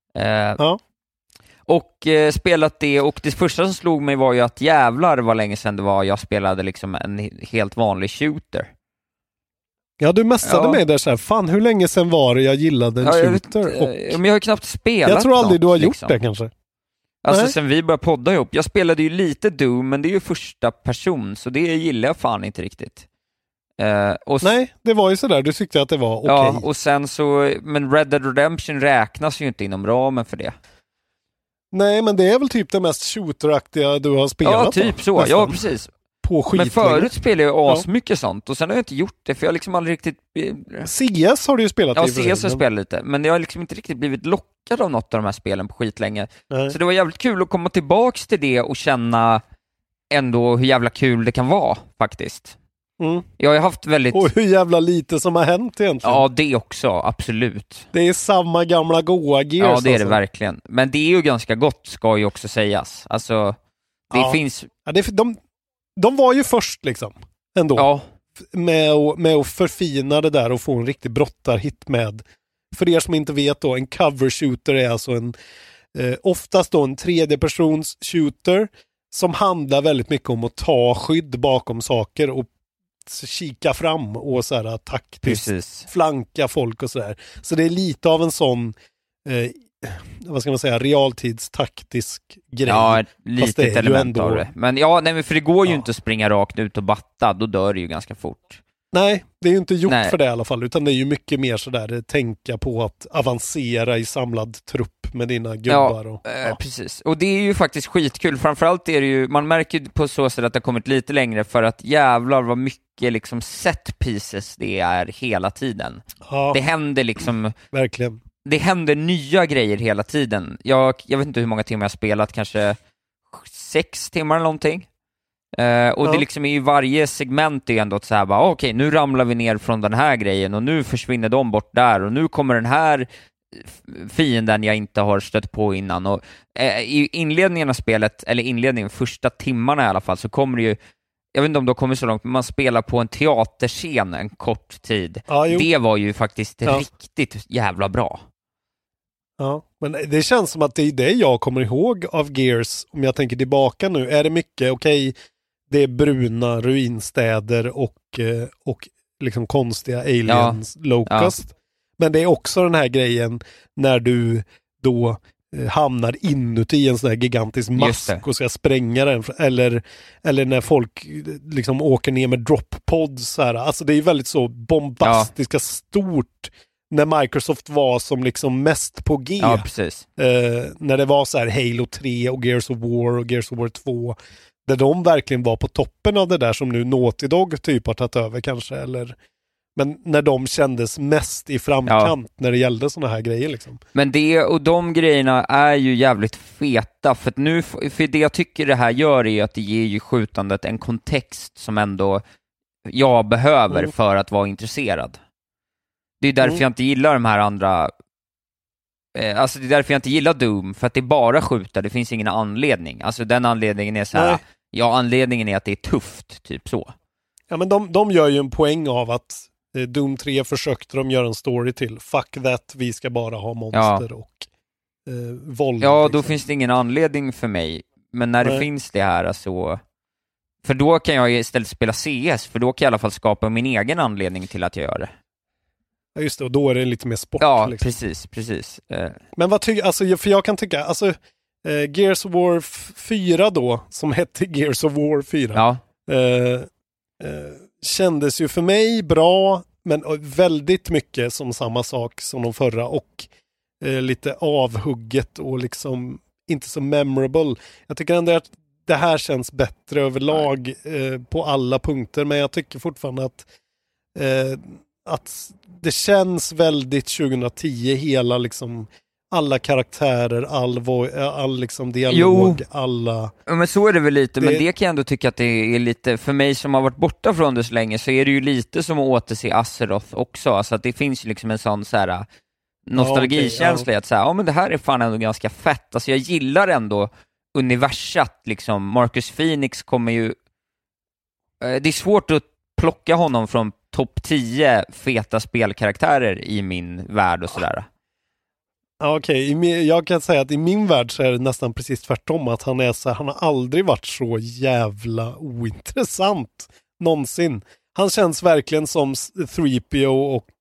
Och spelat det, och det första som slog mig var ju att jävlar vad länge sedan det var jag spelade liksom en helt vanlig shooter. Ja, du mässade mig där så här, fan hur länge sedan var det jag gillade en shooter? Men jag har ju knappt spelat. Jag tror aldrig du har gjort liksom. Det kanske. Alltså sen vi började podda ihop. Jag spelade ju lite Doom, men det är ju första person, så det gillar jag fan inte riktigt. Nej, det var ju sådär, du tyckte att det var okej. Ja, och sen så, men Red Dead Redemption räknas ju inte inom ramen för det. Nej, men det är väl typ det mest shooteraktiga du har spelat. Ja, typ då, så. Nästan. Ja, precis. Men förut spelade jag asmycket sånt, och sen har jag inte gjort det, för jag liksom aldrig riktigt... CS har du ju spelat. Ja, CS har jag spelat lite, men jag har liksom inte riktigt blivit lockad av något av de här spelen på skitlänge. Så det var jävligt kul att komma tillbaks till det och känna ändå hur jävla kul det kan vara, faktiskt. Jag har ju haft väldigt... Och hur jävla lite som har hänt egentligen. Ja, det också, absolut. Det är samma gamla goa Gears. Ja, det är det verkligen. Men det är ju ganska gott, ska ju också sägas. Alltså, det finns... Ja, de var ju först liksom, ändå. Ja. Med att förfina det där och få en riktig brottarhit med. För er som inte vet då, en cover shooter är alltså oftast då en tredjepersons shooter som handlar väldigt mycket om att ta skydd bakom saker och kika fram och så här taktiskt flanka folk och sådär. Så det är lite av en sån vad ska man säga, realtidstaktisk grej. Ja, lite ett element av det. Men för det går ju inte att springa rakt ut och batta, då dör det ju ganska fort. Nej, det är ju inte gjort för det i alla fall, utan det är ju mycket mer sådär tänka på att avancera i samlad trupp med dina gubbar. Precis. Och det är ju faktiskt skitkul. Framförallt är det ju, man märker på så sätt att det har kommit lite längre, för att jävlar vad mycket liksom set pieces det är hela tiden. Ja, det händer liksom... Verkligen. Det händer nya grejer hela tiden. Jag vet inte hur många timmar jag har spelat, kanske 6 timmar eller någonting. Och det liksom är ju varje segment är ändå så här bara, okej, nu ramlar vi ner från den här grejen och nu försvinner de bort där och nu kommer den här fienden jag inte har stött på innan. Och i inledningen av spelet, eller första timmarna i alla fall, så kommer det ju, jag vet inte om de kommer så långt, men man spelar på en teaterscen en kort tid. Det var ju faktiskt riktigt jävla bra. Ja, men det känns som att det är det jag kommer ihåg av Gears, om jag tänker tillbaka nu. Är det mycket, det är bruna ruinstäder och liksom konstiga aliens, locust. Men det är också den här grejen när du då hamnar inuti en sån här gigantisk mask och ska spränga den, eller när folk liksom åker ner med drop-pods så här. Alltså det är väldigt så bombastiska, stort när Microsoft var som liksom mest på G. Ja, precis. När det var så här Halo 3 och Gears of War och Gears of War 2, där de verkligen var på toppen av det där som nu Naughty Dog typ har tagit över kanske, eller men när de kändes mest i framkant när det gällde såna här grejer liksom. Men det och de grejerna är ju jävligt feta, för det jag tycker det här gör är att det ger ju skjutandet en kontext som ändå jag behöver för att vara intresserad. Det är därför jag inte gillar de här andra, alltså det är därför jag inte gillar Doom, för att det är bara skjuta, det finns ingen anledning. Alltså den anledningen är så här, anledningen är att det är tufft, typ så. Ja, men de gör ju en poäng av att Doom 3 försökte de göra en story till. Fuck that, vi ska bara ha monster och våld. Ja, liksom. Då finns det ingen anledning för mig. Men när det finns det här så... För då kan jag istället spela CS, för då kan jag i alla fall skapa min egen anledning till att jag gör det. Ja, just det, och då är det lite mer sport. Ja, liksom. precis. Men vad tycker, alltså, för jag kan tycka, alltså Gears of War 4 då, som hette Gears of War 4. Kändes ju för mig bra, men väldigt mycket som samma sak som de förra, och lite avhugget och liksom inte så memorable. Jag tycker ändå att det här känns bättre överlag på alla punkter, men jag tycker fortfarande att det känns väldigt 2010, hela liksom alla karaktärer, all liksom dialog, alla... Ja, men så är det väl lite, men det kan jag ändå tycka att det är lite, för mig som har varit borta från det så länge, så är det ju lite som att återse Azeroth också, alltså att det finns ju liksom en sån så här nostalgikänsla att säga, men det här är fan ändå ganska fett, alltså jag gillar ändå universat liksom. Marcus Phoenix kommer ju, det är svårt att plocka honom från topp 10 feta spelkaraktärer i min värld och sådär. Okej, jag kan säga att i min värld så är det nästan precis tvärtom, att han har aldrig varit så jävla ointressant någonsin. Han känns verkligen som 3PO och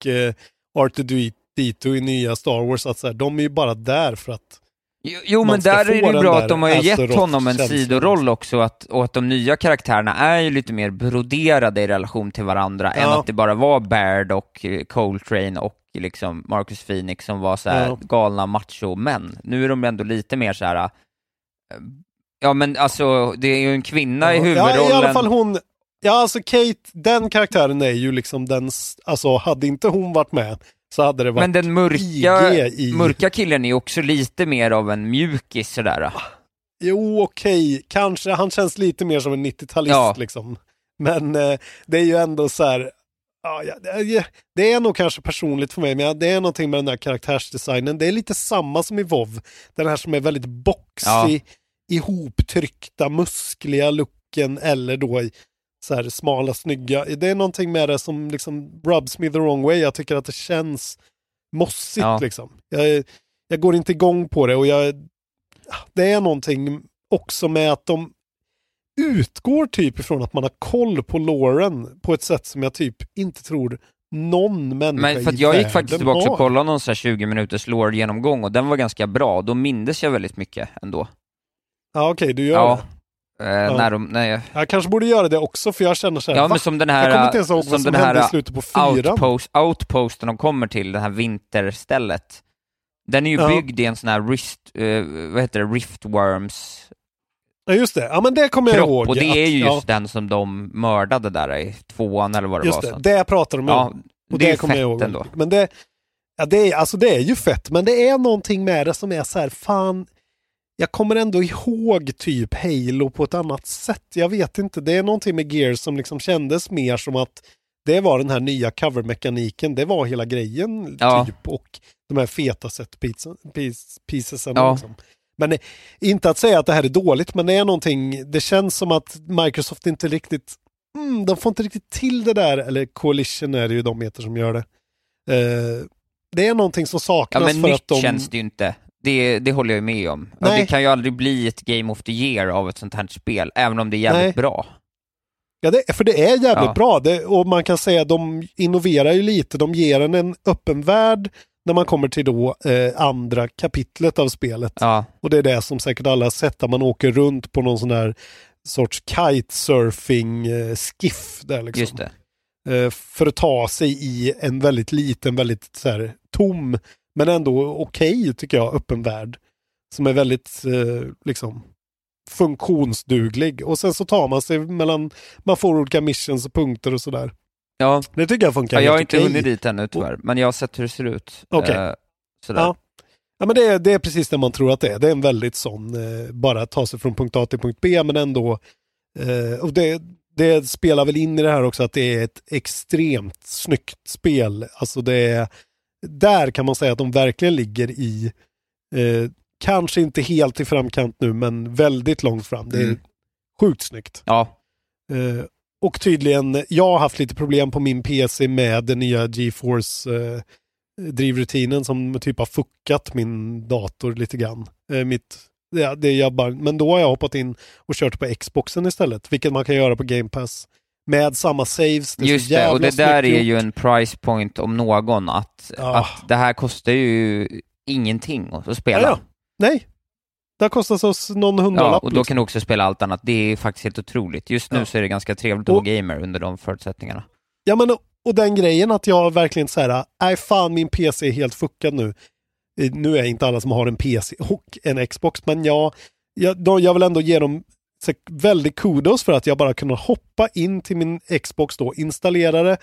R2D2 i nya Star Wars, att så här, de är ju bara där för att Jo, men där är det ju bra att de har ju gett honom en sidoroll också, och att de nya karaktärerna är ju lite mer broderade i relation till varandra än att det bara var Baird och Coltrane och liksom Marcus Phoenix som var så här galna macho-män. Nu är de ändå lite mer så här. Ja, men alltså det är ju en kvinna i huvudrollen. Ja, i alla fall hon. Ja, alltså Kate, den karaktären är ju liksom den, alltså hade inte hon varit med så hade det varit. Men den mörka killen är ju också lite mer av en mjukis sådär. Jo, okej. Kanske han känns lite mer som en 90-talist liksom. Men det är ju ändå så här. Det är nog kanske personligt för mig, men det är någonting med den här karaktärsdesignen. Det är lite samma som i WoW. Den här som är väldigt boxig, ihoptryckta, muskliga looken, eller då i så här smala, snygga. Det är någonting med det som liksom rubs me the wrong way. Jag tycker att det känns mossigt liksom. Jag går inte igång på det, och det är någonting också med att de utgår typ ifrån att man har koll på loren på ett sätt som jag typ inte tror någon människa. Men för att jag gick faktiskt tillbaka och kollade någon så här 20 minuters lore-genomgång, och den var ganska bra. Då mindes jag väldigt mycket ändå. Ja, okej, du gör det. Jag kanske borde göra det också, för jag känner så här, men som den här, jag kommer inte ens ihåg vad som hände i slutet på 4. Outposten de kommer till, det här vinterstället. Den är ju byggd i en sån här riftworms. Ja, just det. Ja, men det kommer jag ihåg. Och det är ju just den som de mördade där i 2:an eller vad det just var. Just det pratar de om. Ja, och det är kommer fett jag ihåg. Ändå. Men det är ju fett, men det är någonting med det som är så här, fan, jag kommer ändå ihåg typ Halo på ett annat sätt. Jag vet inte, det är någonting med Gears som liksom kändes mer som att det var den här nya covermekaniken, det var hela grejen typ, och de här feta set-piecesen liksom. Men inte att säga att det här är dåligt, men det är någonting, det känns som att Microsoft inte riktigt de får inte riktigt till det där, eller Coalition är det ju de heter som gör det. Det är någonting som saknas, men för att de... känns det ju inte. Det håller jag med om. Och det kan ju aldrig bli ett Game of the Year av ett sånt här spel, även om det är jävligt bra. Ja, för det är jävligt bra. Och man kan säga att de innoverar ju lite. De ger en öppen värld när man kommer till då andra kapitlet av spelet. Ja. Och det är det som säkert alla har sett, där man åker runt på någon sån här sorts kitesurfing skiff där liksom. Just det. För att ta sig i en väldigt liten, väldigt så här, tom, men ändå okej, tycker jag, öppen värld. Som är väldigt liksom funktionsduglig. Och sen så tar man sig man får olika missions och punkter och sådär. Ja. Det tycker jag funkar. Jag har inte hunnit dit ännu tyvärr, men jag har sett hur det ser ut. Okej. Sådär. Ja, men det är precis det man tror att det är. Det är en väldigt sån, bara ta sig från punkt A till punkt B, men ändå, och det spelar väl in i det här också, att det är ett extremt snyggt spel. Alltså där kan man säga att de verkligen ligger i, kanske inte helt i framkant nu, men väldigt långt fram. Det är sjukt snyggt. Ja. Och tydligen, jag har haft lite problem på min PC med den nya GeForce drivrutinen som typ har fuckat min dator lite grann. Men då har jag hoppat in och kört på Xboxen istället, vilket man kan göra på Game Pass med samma saves. Just det, och det där är ju en price point om någon, att det här kostar ju ingenting att spela. Ja. Nej, det har kostat oss någon hundralapp. Ja, och då kan du också spela allt annat. Det är faktiskt helt otroligt. Just nu så är det ganska trevligt att vara gamer under de förutsättningarna. Ja, men och den grejen att jag verkligen säger, fan, min PC är helt fuckad nu. Nu är inte alla som har en PC och en Xbox, men jag vill ändå ge dem väldigt kudos för att jag bara kunde hoppa in till min Xbox då, installera det,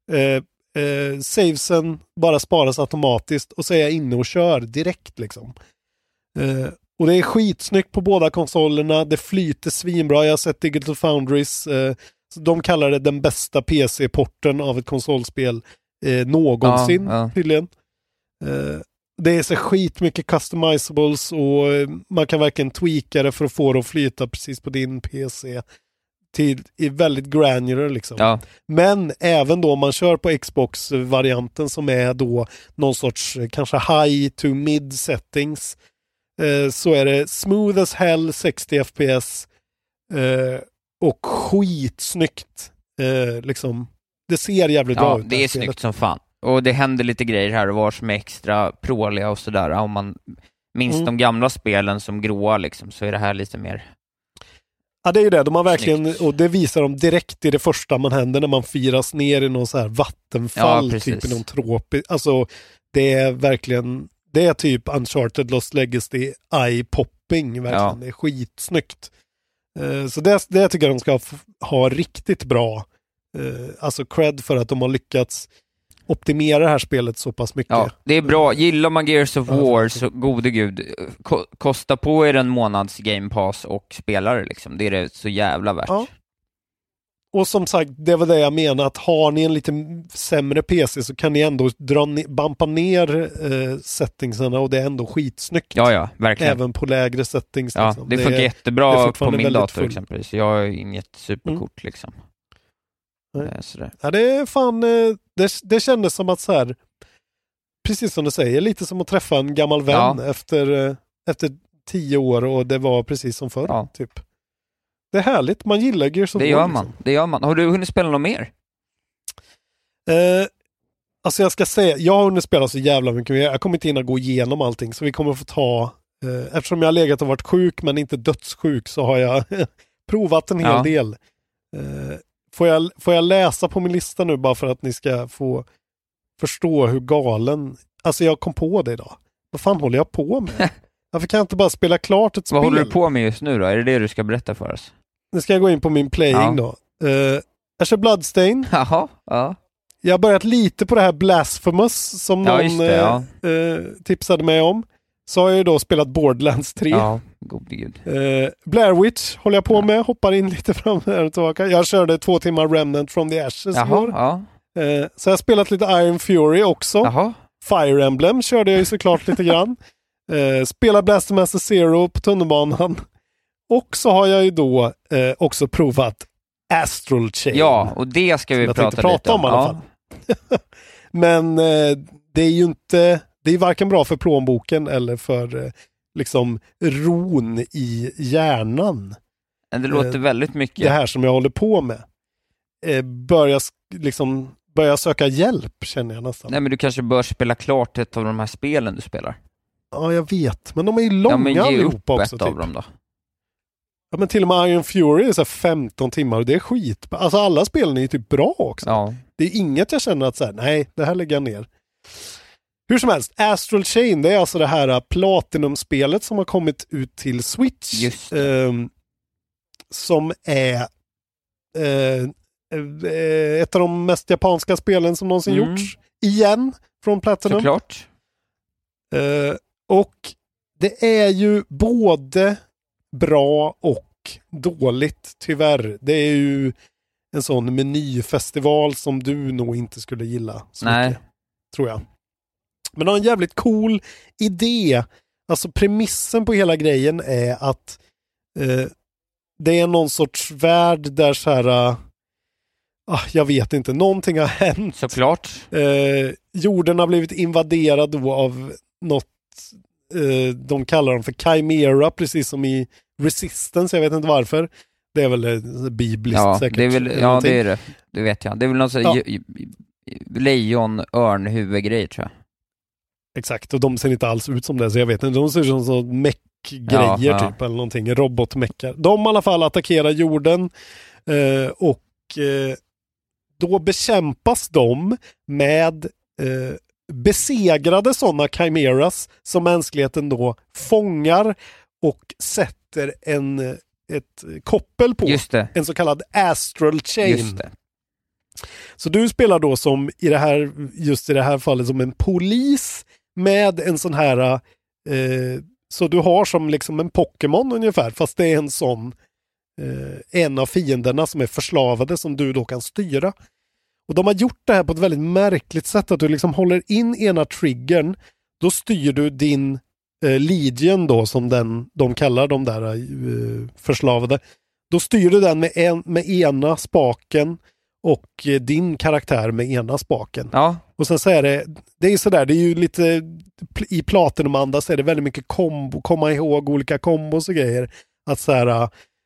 savesen bara sparas automatiskt och så är jag inne och kör direkt liksom. Och det är skitsnyggt på båda konsolerna, det flyter svinbra. Jag har sett Digital Foundries, de kallar det den bästa PC-porten av ett konsolspel någonsin, tydligen. Det är så skitmycket customizables och man kan verkligen tweaka det för att få det att flyta precis på din PC i väldigt granular liksom. Ja. Men även då man kör på Xbox-varianten som är då någon sorts kanske high to mid settings, så är det smooth as hell 60 FPS och skitsnyggt liksom. Det ser jävligt bra ut. Det är snyggt som fan. Och det händer lite grejer här och var som är extra pråliga och sådär. Om man minns de gamla spelen som gråa liksom, så är det här lite mer. Ja, det är ju det. De har verkligen, och det visar de direkt i det första man händer när man firas ner i någon så här vattenfall, typ i någon tropisk. Alltså, det är verkligen, det är typ Uncharted Lost Legacy eye-popping, verkligen. Ja. Det är skitsnyggt. Så det tycker jag de ska ha riktigt bra. Alltså cred för att de har lyckats optimera det här spelet så pass mycket. Ja, det är bra. Gillar man Gears of War så gode gud, kosta på er en månads Game Pass och spela det liksom. Det är det så jävla värt. Ja. Och som sagt, det var det jag menar, att har ni en lite sämre PC så kan ni ändå bampa ner settingsarna och det är ändå skitsnyggt. Ja, verkligen. Även på lägre settings. Ja, liksom. det funkar jättebra på min dator exempelvis. Jag har inget superkort liksom. Ja, det är fan, det kändes som att så här, precis som du säger, lite som att träffa en gammal vän efter 10 år och det var precis som förr, typ. Det är härligt, man gillar Gears of War. Det gör man. Har du hunnit spela något mer? Alltså jag ska säga, jag har hunnit spela så jävla mycket. Jag kommer inte in att gå igenom allting, så vi kommer få ta, eftersom jag har legat och varit sjuk men inte dödssjuk, så har jag provat en hel del. Får jag läsa på min lista nu bara för att ni ska få förstå hur galen... Alltså jag kom på det idag. Vad fan håller jag på med? Varför kan jag inte bara spela klart ett spel? Vad håller du på med just nu då? Är det du ska berätta för oss? Nu ska jag gå in på min playing då. Jag kör Bloodstain. Jaha, ja. Jag har börjat lite på det här Blasphemous som någon tipsade mig om. Så har jag ju då spelat Borderlands 3. Ja, gode gud. Blair Witch håller jag på med. Hoppar in lite fram där och tillbaka. Jag körde 2 timmar Remnant from the Ashes. Jaha, så jag har spelat lite Iron Fury också. Jaha. Fire Emblem körde jag ju såklart lite grann. Spelar Blaster Master Zero på tunnelbanan. Och så har jag ju då också provat Astral Chain. Ja, och det ska vi prata lite om. I alla fall. Men det är ju inte... Det är varken bra för plånboken eller för liksom ron i hjärnan. Det låter väldigt mycket. Det här som jag håller på med. Börjar liksom börja söka hjälp, känner jag nästan. Nej, men du kanske bör spela klart ett av de här spelen du spelar. Ja, jag vet. Men de är ju långa allihopa också. Ett av dem då. Ja, men till och med Iron Fury är så 15 timmar och det är skit. Alltså alla spelen är ju typ bra också. Ja. Det är inget jag känner att så här, nej, det här lägger jag ner. Hur som helst, Astral Chain, det är alltså det här Platinum-spelet som har kommit ut till Switch. Just som är ett av de mest japanska spelen som någonsin gjorts. Igen, från Platinum. Såklart. Och det är ju både bra och dåligt, tyvärr. Det är ju en sån menyfestival som du nog inte skulle gilla så mycket, tror jag. Men det har en jävligt cool idé. Alltså premissen på hela grejen är att det är någon sorts värld där så här jag vet inte, någonting har hänt. Såklart. Jorden har blivit invaderad då av något de kallar dem för Chimera, precis som i Resistance, jag vet inte varför. Det är väl bibliskt säkert. Det är väl, det är det. Det vet jag. Det är väl någon sån lejon, örnhuvudgrej, tror jag. Exakt, och de ser inte alls ut som det, så jag vet inte. De ser ut som så meck-grejer typ, eller någonting. Robotmeckar. De i alla fall attackerar jorden och då bekämpas de med besegrade sådana chimeras som mänskligheten då fångar och sätter ett koppel på. Just det. En så kallad Astral Chain. Just det. Så du spelar då som just i det här fallet som en polis med en sån här så du har som liksom en Pokémon ungefär, fast det är en sån en av fienderna som är förslavade som du då kan styra. Och de har gjort det här på ett väldigt märkligt sätt, att du liksom håller in ena triggern, då styr du din Legion då, som de kallar de där förslavade. Då styr du den med ena spaken och din karaktär med ena spaken. Ja. Och sen så är det är sådär, det är ju lite i Platinum-anda så är det väldigt mycket komma ihåg olika kombos och grejer. Att så här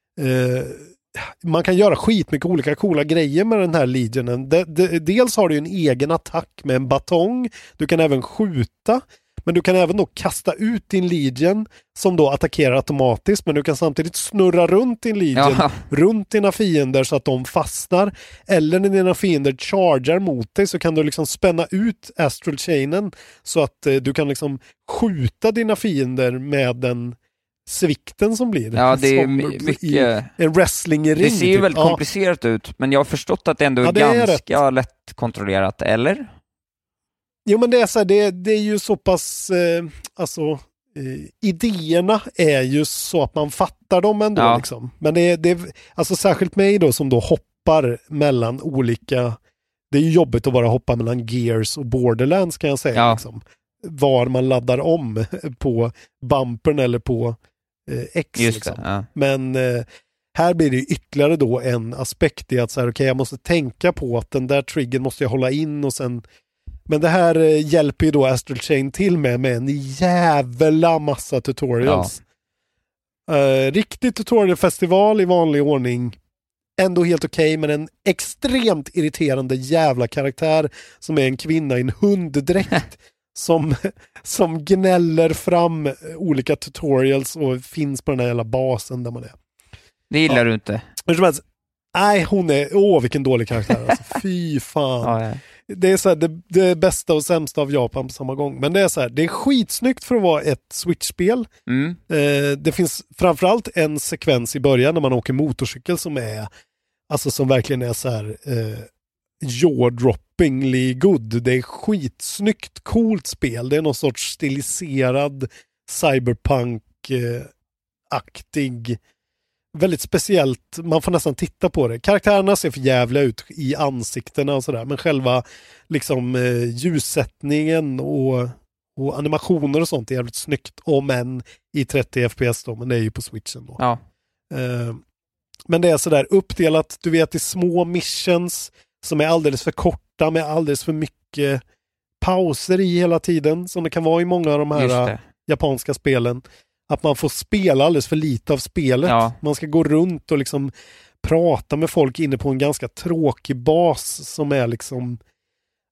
man kan göra skitmycket olika coola grejer med den här Legionen. Dels har du en egen attack med en batong. Du kan även skjuta. Men du kan även då kasta ut din Legion som då attackerar automatiskt. Men du kan samtidigt snurra runt din Legion runt dina fiender så att de fastnar. Eller när dina fiender chargar mot dig så kan du liksom spänna ut Astral Chainen så att du kan liksom skjuta dina fiender med den svikten som blir. Ja, det är mycket en wrestlingring. Det ser ju väldigt komplicerat ut, men jag har förstått att det ändå är ganska lätt kontrollerat, eller? Jo, men det är så här, det är ju så pass idéerna är ju så att man fattar dem ändå liksom. Men det alltså särskilt mig då som då hoppar mellan olika, det är ju jobbigt att bara hoppa mellan Gears och Borderlands, kan jag säga liksom. Var man laddar om på bumpern eller på X liksom. Men här blir det ju ytterligare då en aspekt i att så här, okej, jag måste tänka på att den där triggern måste jag hålla in och sen. Men det här hjälper ju då Astral Chain till med en jävla massa tutorials. Riktig tutorialfestival i vanlig ordning. Ändå helt okej, men en extremt irriterande jävla karaktär som är en kvinna i en hunddräkt som gnäller fram olika tutorials och finns på den här jävla basen där man är. Det gillar du inte. Nej, hon är, vilken dålig karaktär alltså. Fy fan. Det är så här, det bästa och sämsta av Japan på samma gång. Men det är så här, det är skitsnyggt för att vara ett Switch-spel. Det finns framförallt en sekvens i början när man åker motorcykel som är, alltså som verkligen är så här jaw-droppingly good. Det är skitsnyggt, coolt spel. Det är någon sorts stiliserad cyberpunk-aktig, väldigt speciellt. Man får nästan titta på det. Karaktärerna ser för jävla ut i ansiktena och sådär, men själva liksom ljussättningen och animationer och sånt är jävligt snyggt, om än i 30 fps då, men det är ju på Switchen då. Ja. Men det är sådär uppdelat, du vet, i små missions som är alldeles för korta med alldeles för mycket pauser i hela tiden, som det kan vara i många av de här japanska spelen. Att man får spela alldeles för lite av spelet. Man ska gå runt och liksom prata med folk inne på en ganska tråkig bas som är liksom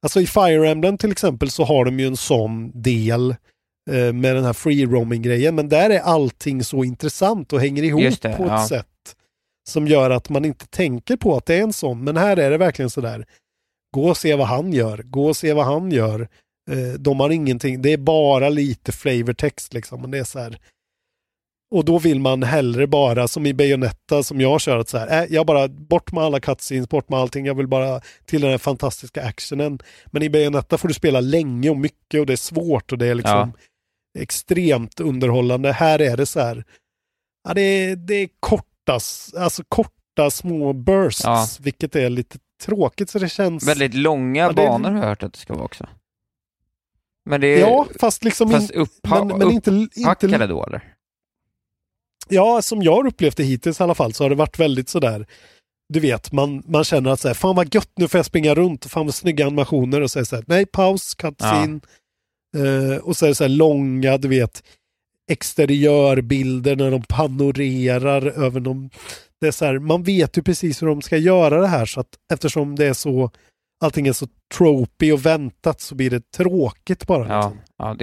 Alltså i Fire Emblem till exempel så har de ju en sån del med den här free roaming-grejen, men där är allting så intressant och hänger ihop på ett sätt som gör att man inte tänker på att det är en sån. Men här är det verkligen så där. Gå och se vad han gör. De har ingenting. Det är bara lite flavortext liksom. Men det är så här. Och då vill man hellre bara, som i Bayonetta som jag har kört så här. Jag bara bort med alla cutscenes, bort med allting. Jag vill bara till den här fantastiska actionen. Men i Bayonetta får du spela länge och mycket och det är svårt och det är liksom extremt underhållande. Här är det så här. Ja, det är korta små bursts, vilket är lite tråkigt, så det känns... Väldigt långa banor har jag hört att det ska vara också. Men det är... fast liksom... men inte då, eller? Ja, som jag har upplevt det hittills i alla fall, så har det varit väldigt sådär, du vet, man känner att så här, fan vad gött, nu får jag springa runt och fan vad snygga animationer, och säger så här, nej, paus, cutscene. Och så är det så här långa, du vet, exteriörbilder när de panorerar över dem. Det är så här, man vet ju precis hur de ska göra det här, så att eftersom det är så, allting är så tropy och väntat, så blir det tråkigt bara. Liksom.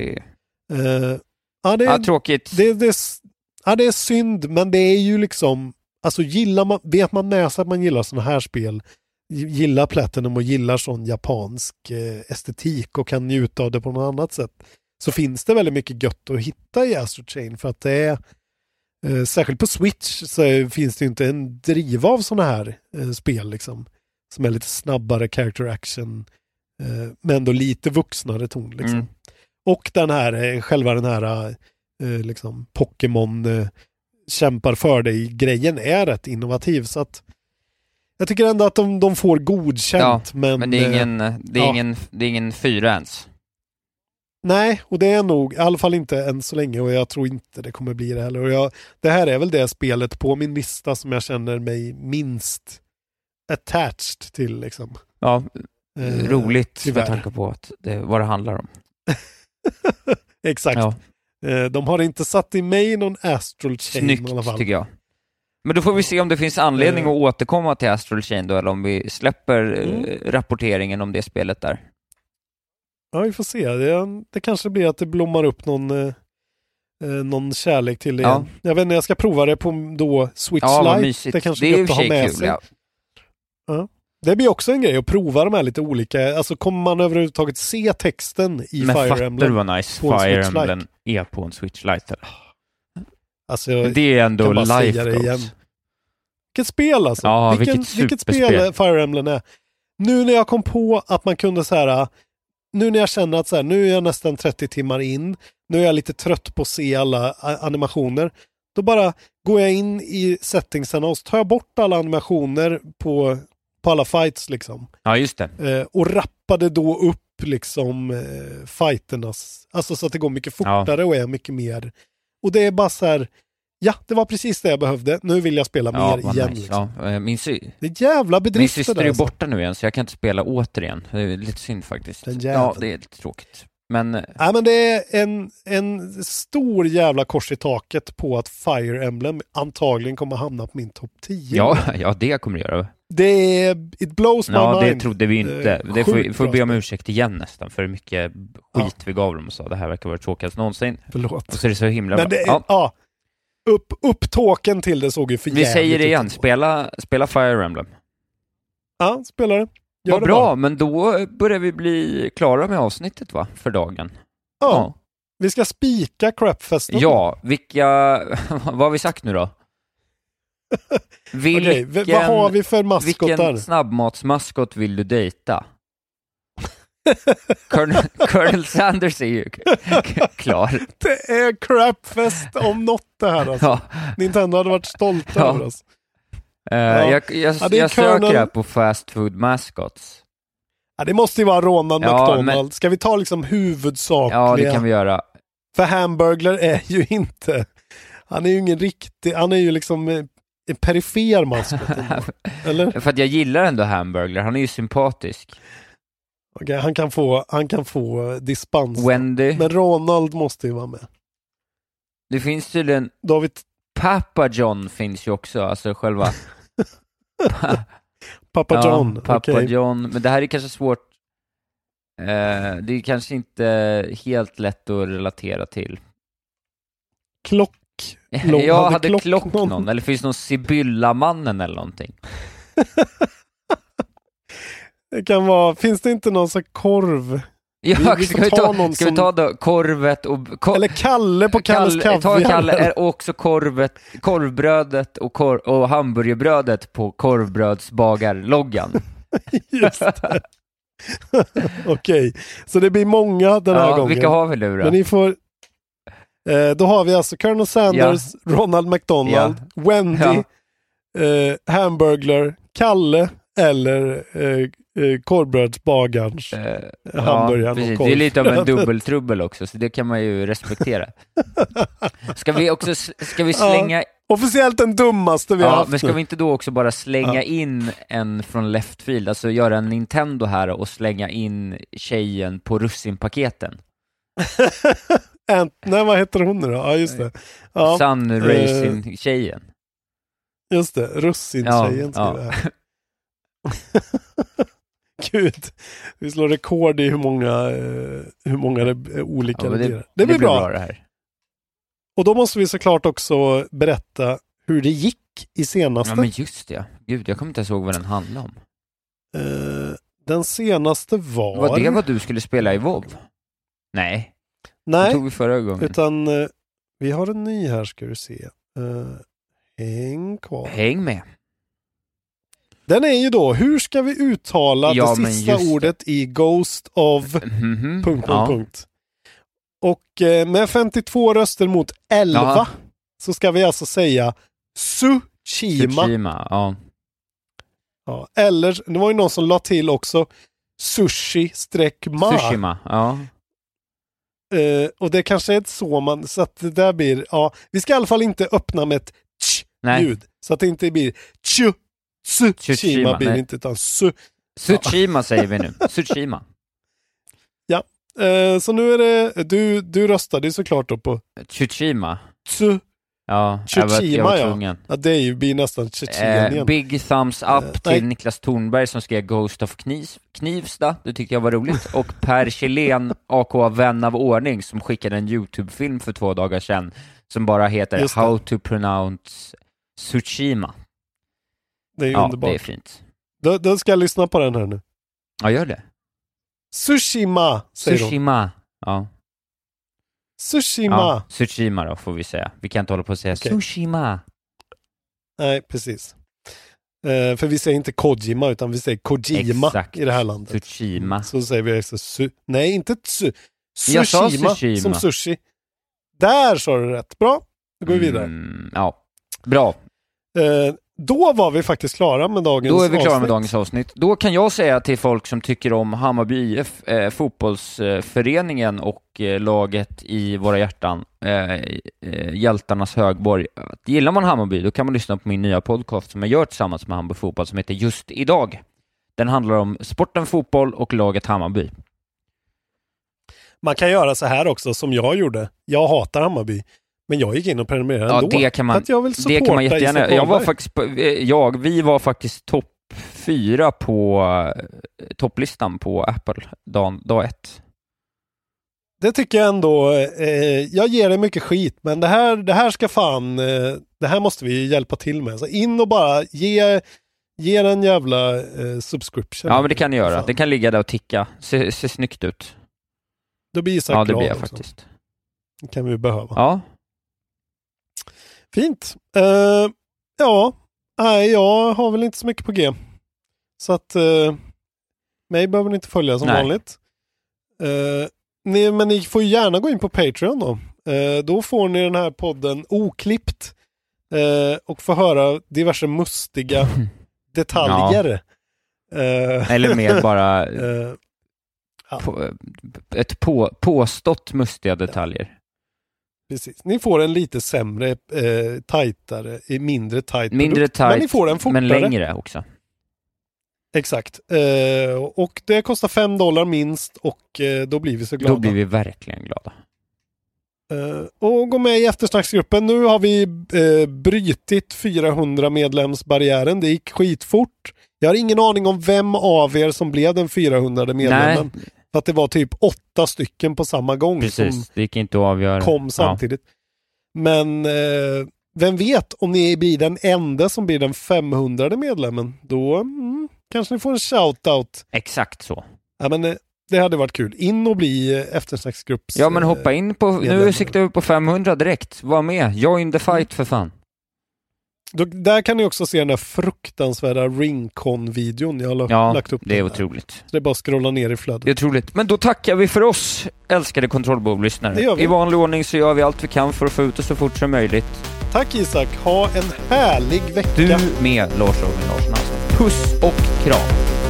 Det är tråkigt. Det är synd, men det är ju liksom, alltså vet man med sig att man gillar såna här spel, gillar Platinum och gillar sån japansk estetik och kan njuta av det på något annat sätt, så finns det väldigt mycket gött att hitta i Astral Chain, för att det är särskilt på Switch så finns det ju inte en driva av såna här spel liksom, som är lite snabbare character action men ändå lite vuxnare ton liksom. Och själva den här liksom Pokémon kämpar för dig grejen är rätt innovativ, så att jag tycker ändå att de får godkänt, men det är ingen 4 ens. Nej, och det är nog i alla fall inte än så länge, och jag tror inte det kommer bli det heller. Och det här är väl det spelet på min lista som jag känner mig minst attached till liksom. Ja, roligt med tanke på att vad det handlar om. Exakt. Ja. De har inte satt i mig någon Astral Chain. Snyggt, i alla fall. Tycker jag. Men då får vi se om det finns anledning att återkomma till Astral Chain då, eller om vi släpper rapporteringen om det spelet där. Ja, vi får se. Det kanske blir att det blommar upp någon kärlek till det igen. Jag vet inte, jag ska prova det på då Switch Lite. Det kanske är gött att ha med sig. Ja. Det blir också en grej att prova de här lite olika. Alltså kommer man överhuvudtaget se texten i Fire Emblem? Men vad nice Fire Emblem är på en Switch Lite. Alltså, det är ändå life goals. Vilket spel alltså. Ja, vilket spel Fire Emblem är. Nu när jag kom på att man kunde så här, nu när jag känner att så här, nu är jag nästan 30 timmar in, nu är jag lite trött på att se alla animationer, då bara går jag in i settingsarna och så tar jag bort alla animationer på alla fights liksom. Ja, just det. Och rappade då upp liksom fighternas, alltså så att det går mycket fortare och är mycket mer. Och det är bara så här, ja, det var precis det jag behövde. Nu vill jag spela mer igen. Nice. Liksom. Ja, det är jävla bedrift. Min syster är borta nu igen, så jag kan inte spela återigen. Det är lite synd faktiskt. Ja, det är lite tråkigt. Men det är en stor jävla kors i taket på att Fire Emblem antagligen kommer hamna på min topp 10. Ja, det kommer det göra. It blows my mind. Ja, det trodde vi inte. Det får vi be om ursäkt igen nästan för hur mycket skit vi gav dem och sa. Det här verkar vara tråkigt någonsin. Förlåt. Och så är det så himla men bra. Upp tåken till det såg ju för jävligt. Vi säger det igen, spela Fire Emblem. Ja, spela det. Vad bra, bara. Men då börjar vi bli klara med avsnittet va, för dagen. Ja. Vi ska spika Crapfesten. Ja, vad har vi sagt nu då? Vad har vi för maskotar? Vilken snabbmatsmaskot vill du dejta? Colonel Sanders är ju klar. Det är Crapfest om något det här alltså. Ja. Nintendo hade varit stolta över oss. Jag söker här på fast food mascots. Ja, det måste ju vara Ronald McDonald. Ska vi ta liksom huvudsakliga? Ja, det kan vi göra. För Hamburglar är ju inte... Han är ju ingen riktig... Han är ju liksom en perifer maskot. Eller? För att jag gillar ändå Hamburglar. Han är ju sympatisk. Okej, han kan få dispens. Wendy. Men Ronald måste ju vara med. Det finns tydligen... Papa John finns ju också. Alltså själva... Papa John. Papa John. Men det här är kanske svårt. Det är kanske inte helt lätt att relatera till. Jag hade klock någon. Eller finns det någon Sibylla-mannen eller någonting? Det kan vara, finns det inte någon sån korv? Ja, ska vi ta då korvet och... eller Kalle på Kalles kaffe. Ta Kalle är också korvbrödet och hamburgerbrödet på korvbrödsbagarloggan. Just det. Okej, så det blir många den här gången. Vilka har vi nu då? Men ni får... då har vi alltså Colonel Sanders, Ronald McDonald, Wendy, Hamburglar, Kalle eller korvbrödsbagarns hamburgaren och korv. Det är lite av en dubbeltrubbel också, så det kan man ju respektera. Ska vi slänga... officiellt den dummaste vi har haft. Men ska vi inte då också bara slänga in en från left field, alltså göra en Nintendo här och slänga in tjejen på russinpaketen? Nej, vad heter hon nu då? Ja, just det. Ja. Sun Racing-tjejen. Just det, russin-tjejen ska det här. Gud, vi slår rekord i hur många det är olika det blir bra det här. Och då måste vi såklart också berätta hur det gick i senaste. Ja, men just det. Gud, jag kommer inte ihåg vad den handlade om. Den senaste var det vad du skulle spela i WoW? Nej. Det tog vi förra gången. Utan vi har en ny här, ska du se. Häng kvar. Häng med. Den är ju då, hur ska vi uttala det sista ordet i Ghost of... Och med 52 röster mot 11 så ska vi alltså säga Tsushima. Ja. Eller, det var ju någon som la till också Sushi-ma. Tsushima, ja. Och det kanske är så man... Så att det där blir... Ja, vi ska i alla fall inte öppna med ett ljud. Så att det inte blir Tsushima blir det inte, utan Tsushima säger vi nu. Tsushima. Ja. Så nu är det... Du röstade ju såklart då på... Tsushima. Ja, Tsushima, ja. Det blir nästan Tsushima. Big thumbs up till Niklas Thornberg som skrev Ghost of Knivsta. Det tyckte jag var roligt. Och Per Kjellén, aka vän av ordning, som skickade en YouTube-film för 2 dagar sedan som bara heter How to Pronounce Tsushima. Det är ju underbart. Det är fint. Då ska jag lyssna på den här nu. Ja, gör det. Tsushima, säger Tsushima, ja. Tsushima då, får vi säga. Vi kan inte hålla på att säga Tsushima. Nej, precis. För vi säger inte Kojima, utan vi säger Kojima i det här landet. Tsushima. Så säger vi också nej, inte Tsushima som sushi. Där sa du rätt. Bra, då går vi vidare. Ja, bra. Då var vi faktiskt klara med dagens avsnitt. Då är vi klara med dagens avsnitt. Då kan jag säga till folk som tycker om Hammarby IF, fotbollsföreningen och laget i våra hjärtan, Hjältarnas högborg. Gillar man Hammarby, då kan man lyssna på min nya podcast som jag gör tillsammans med Hammarby Fotboll som heter Just idag. Den handlar om sporten fotboll och laget Hammarby. Man kan göra så här också som jag gjorde. Jag hatar Hammarby. Men jag gick in och prenumererade ändå. Det kan man jättegärna. Vi var faktiskt topp 4 på topplistan på Apple dag 1. Det tycker jag ändå. Jag ger det mycket skit, men det här ska fan... det här måste vi hjälpa till med. Så in och bara ge en jävla subscription. Ja, men det kan ni göra. Fan. Det kan ligga där och ticka. Se snyggt ut. Då blir Isak glad. Ja, det blir jag också. Faktiskt. Det kan vi behöva. Ja. Fint. Jag har väl inte så mycket på G. Så att mig behöver ni inte följa som vanligt. Men ni får gärna gå in på Patreon då. Då får ni den här podden oklippt och få höra diverse mustiga detaljer. Eller mer bara påstått mustiga detaljer. Precis. Ni får en lite sämre, tajtare, mindre tajt produkt. Men ni får den fortare. Men längre också. Exakt. Och det kostar $5 minst och då blir vi så glada. Då blir vi verkligen glada. Och gå med i eftersnacksgruppen. Nu har vi brytit 400 medlemsbarriären. Det gick skitfort. Jag har ingen aning om vem av er som blev den 400 medlemmen. För att det var typ 8 stycken på samma gång. Precis, som det gick inte att avgöra. Kom samtidigt. Men vem vet, om ni blir den enda som blir den 500:e medlemmen, då kanske ni får en shout-out. Exakt så. Ja, men det hade varit kul. In och bli eftersnacksgrupps. Ja, men hoppa in på, nu siktar vi på 500 direkt. Var med, join the fight för fan. Där kan ni också se den där fruktansvärda Ringcon-videon jag har lagt upp. Det är otroligt. Så det är bara att scrolla ner i flödet. Det är otroligt. Men då tackar vi för oss, älskade kontrollbehov-lyssnare. I vanlig ordning så gör vi allt vi kan för att få ut det så fort som möjligt. Tack Isak, ha en härlig vecka. Du med, Lars-Robin Larsson. Alltså. Puss och kram.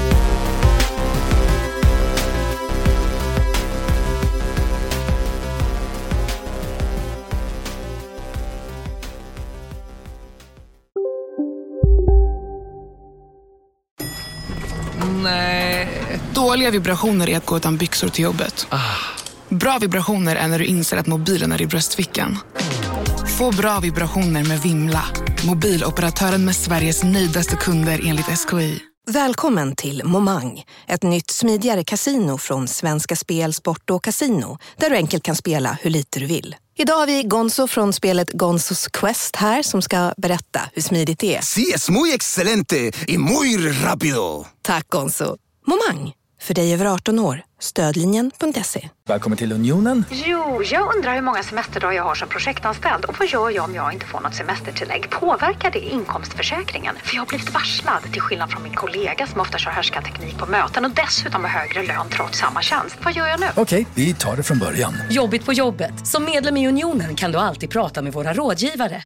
Nej. Dåliga vibrationer är att gå utan byxor till jobbet. Bra vibrationer är när du inser att mobilen är i bröstfickan. Få bra vibrationer med Vimla. Mobiloperatören med Sveriges nöjdaste kunder enligt SKI. Välkommen till Momang, ett nytt smidigare casino från Svenska Spel, Sport och Casino, där du enkelt kan spela hur lite du vill. Idag har vi Gonzo från spelet Gonzos Quest här som ska berätta hur smidigt det är. Sí, es muy excelente y muy rápido. Tack Gonzo. Momang, för dig över 18 år. Stödlinjen.se. Välkommen till Unionen. Jo, jag undrar hur många semesterdagar jag har som projektanställd och vad gör jag om jag inte får något semestertillägg? Påverkar det inkomstförsäkringen? För jag har blivit varslad, till skillnad från min kollega som ofta kör härskarteknik på möten och dessutom har högre lön trots samma tjänst. Vad gör jag nu? Okej, vi tar det från början. Jobbigt på jobbet. Som medlem i Unionen kan du alltid prata med våra rådgivare.